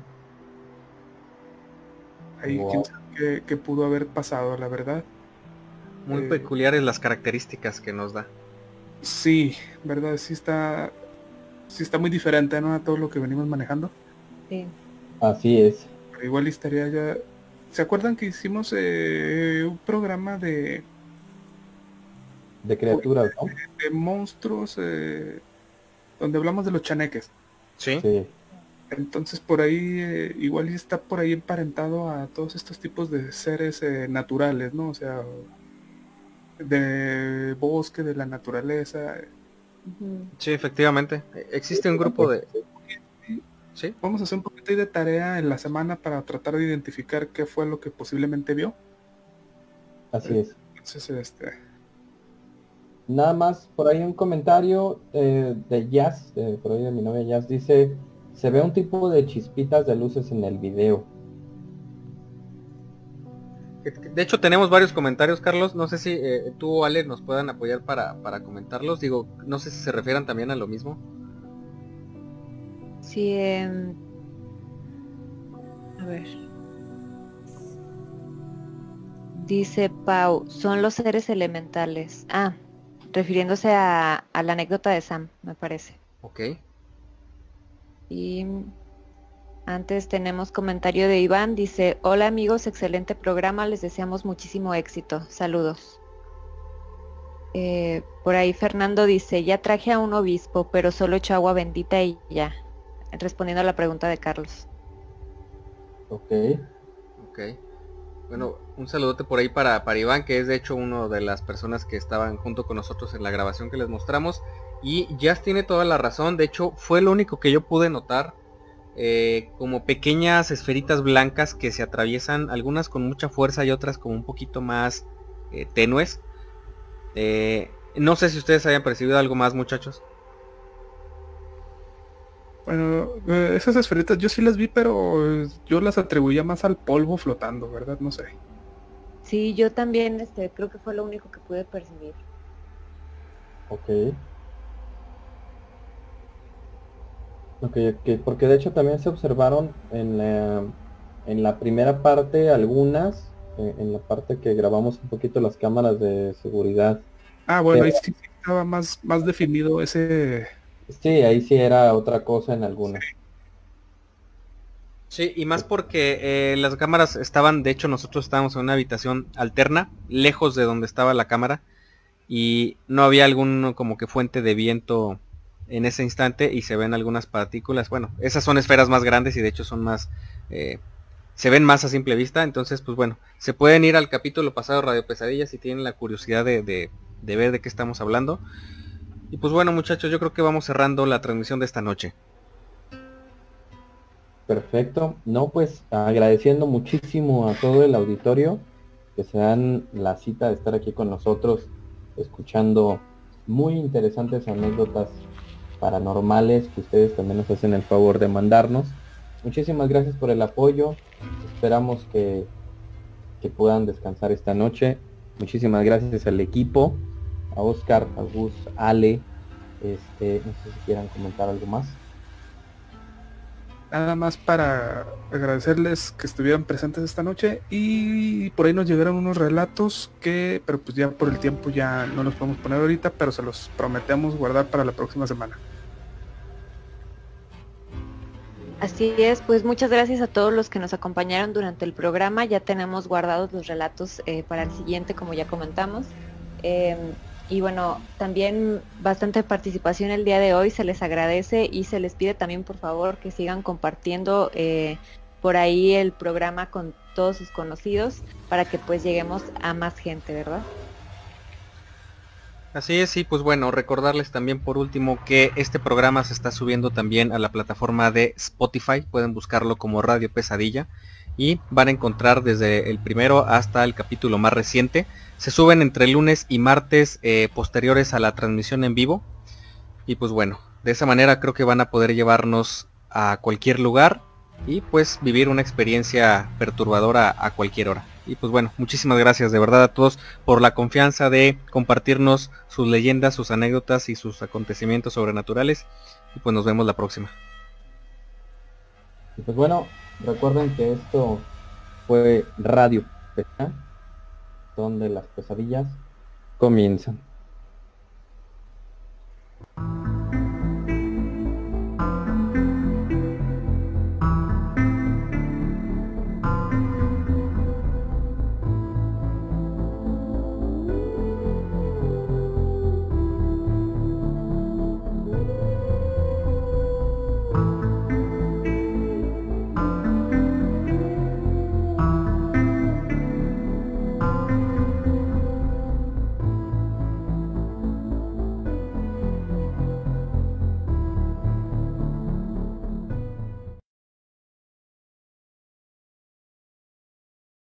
ahí Wow. quién sabe qué, qué pudo haber pasado, la verdad. Muy Eh, peculiares las características que nos da. Sí, verdad, sí está, sí está muy diferente, ¿no? A todo lo que venimos manejando. Sí. Así es. Pero igual estaría ya. ¿Se acuerdan que hicimos eh, un programa de, De criaturas, ¿no? de monstruos eh, donde hablamos de los chaneques? Sí. Sí. Entonces por ahí eh, igual y está por ahí emparentado a todos estos tipos de seres eh, naturales, ¿no? O sea, de bosque, de la naturaleza. Ujú. Sí, efectivamente. E- Existe un grupo de... ¿Sí? Vamos a hacer un poquito de tarea en la semana para tratar de identificar qué fue lo que posiblemente vio. Así es. Entonces, este, Nada más, por ahí un comentario eh, de Jazz, de, por ahí de mi novia Jazz, dice, se ve un tipo de chispitas de luces en el video. De hecho tenemos varios comentarios, Carlos. No sé si eh, tú o Ale nos puedan apoyar para, para comentarlos. Digo, no sé si se refieran también a lo mismo. Sí, em, a ver. Dice Pau, son los seres elementales. Ah, refiriéndose a, a la anécdota de Sam, me parece. Ok. Y antes tenemos comentario de Iván, dice, hola amigos, excelente programa, les deseamos muchísimo éxito, saludos. Eh, por ahí Fernando dice, ya traje a un obispo, pero solo echó agua bendita y ya, respondiendo a la pregunta de Carlos. Ok. Ok. Bueno, un saludote por ahí para, para Iván, que es de hecho una de las personas que estaban junto con nosotros en la grabación que les mostramos. Y Jazz tiene toda la razón, de hecho fue lo único que yo pude notar. Eh, como pequeñas esferitas blancas que se atraviesan, algunas con mucha fuerza y otras como un poquito más eh, tenues. Eh, no sé si ustedes hayan percibido algo más, muchachos. bueno, eh, esas esferitas yo sí las vi, pero eh, yo las atribuía más al polvo flotando, ¿verdad? No sé. Sí, yo también este, creo que fue lo único que pude percibir. Ok. Ok, ok, porque de hecho también se observaron en la, en la primera parte algunas, eh, en la parte que grabamos un poquito las cámaras de seguridad. Ah, bueno, ahí Pero- sí, sí estaba más, más definido ese... Sí, ahí sí era otra cosa en algunas. Sí, y más porque eh, las cámaras estaban, de hecho nosotros estábamos en una habitación alterna, lejos de donde estaba la cámara, y no había algún como que fuente de viento en ese instante y se ven algunas partículas. Bueno, esas son esferas más grandes y de hecho son más, eh, se ven más a simple vista. Entonces, pues bueno, se pueden ir al capítulo pasado de Radio Pesadilla si tienen la curiosidad de, de, de ver de qué estamos hablando. Y pues bueno, muchachos, yo creo que vamos cerrando la transmisión de esta noche. Perfecto. No, pues agradeciendo muchísimo a todo el auditorio que se dan la cita de estar aquí con nosotros, escuchando muy interesantes anécdotas paranormales que ustedes también nos hacen el favor de mandarnos. Muchísimas gracias por el apoyo. Esperamos que, que puedan descansar esta noche. Muchísimas gracias al equipo, a Oscar, a Gus, Ale. Este, no sé si quieran comentar algo más. Nada más para agradecerles que estuvieran presentes esta noche, y por ahí nos llegaron unos relatos que, pero pues ya por el tiempo ya no los podemos poner ahorita, pero se los prometemos guardar para la próxima semana. Así es, pues muchas gracias a todos los que nos acompañaron durante el programa. Ya tenemos guardados los relatos eh, para el siguiente, como ya comentamos. Eh, y bueno, también bastante participación el día de hoy, se les agradece y se les pide también por favor que sigan compartiendo eh, por ahí el programa con todos sus conocidos para que pues lleguemos a más gente, ¿verdad? Así es, y pues bueno, recordarles también por último que este programa se está subiendo también a la plataforma de Spotify, pueden buscarlo como Radio Pesadilla y van a encontrar desde el primero hasta el capítulo más reciente. Se suben entre lunes y martes eh, posteriores a la transmisión en vivo, y pues bueno, de esa manera creo que van a poder llevarnos a cualquier lugar y pues vivir una experiencia perturbadora a cualquier hora. Y pues bueno, muchísimas gracias de verdad a todos por la confianza de compartirnos sus leyendas, sus anécdotas y sus acontecimientos sobrenaturales. Y pues nos vemos la próxima. Y pues bueno, recuerden que esto fue Radio Pesadilla, donde las pesadillas comienzan.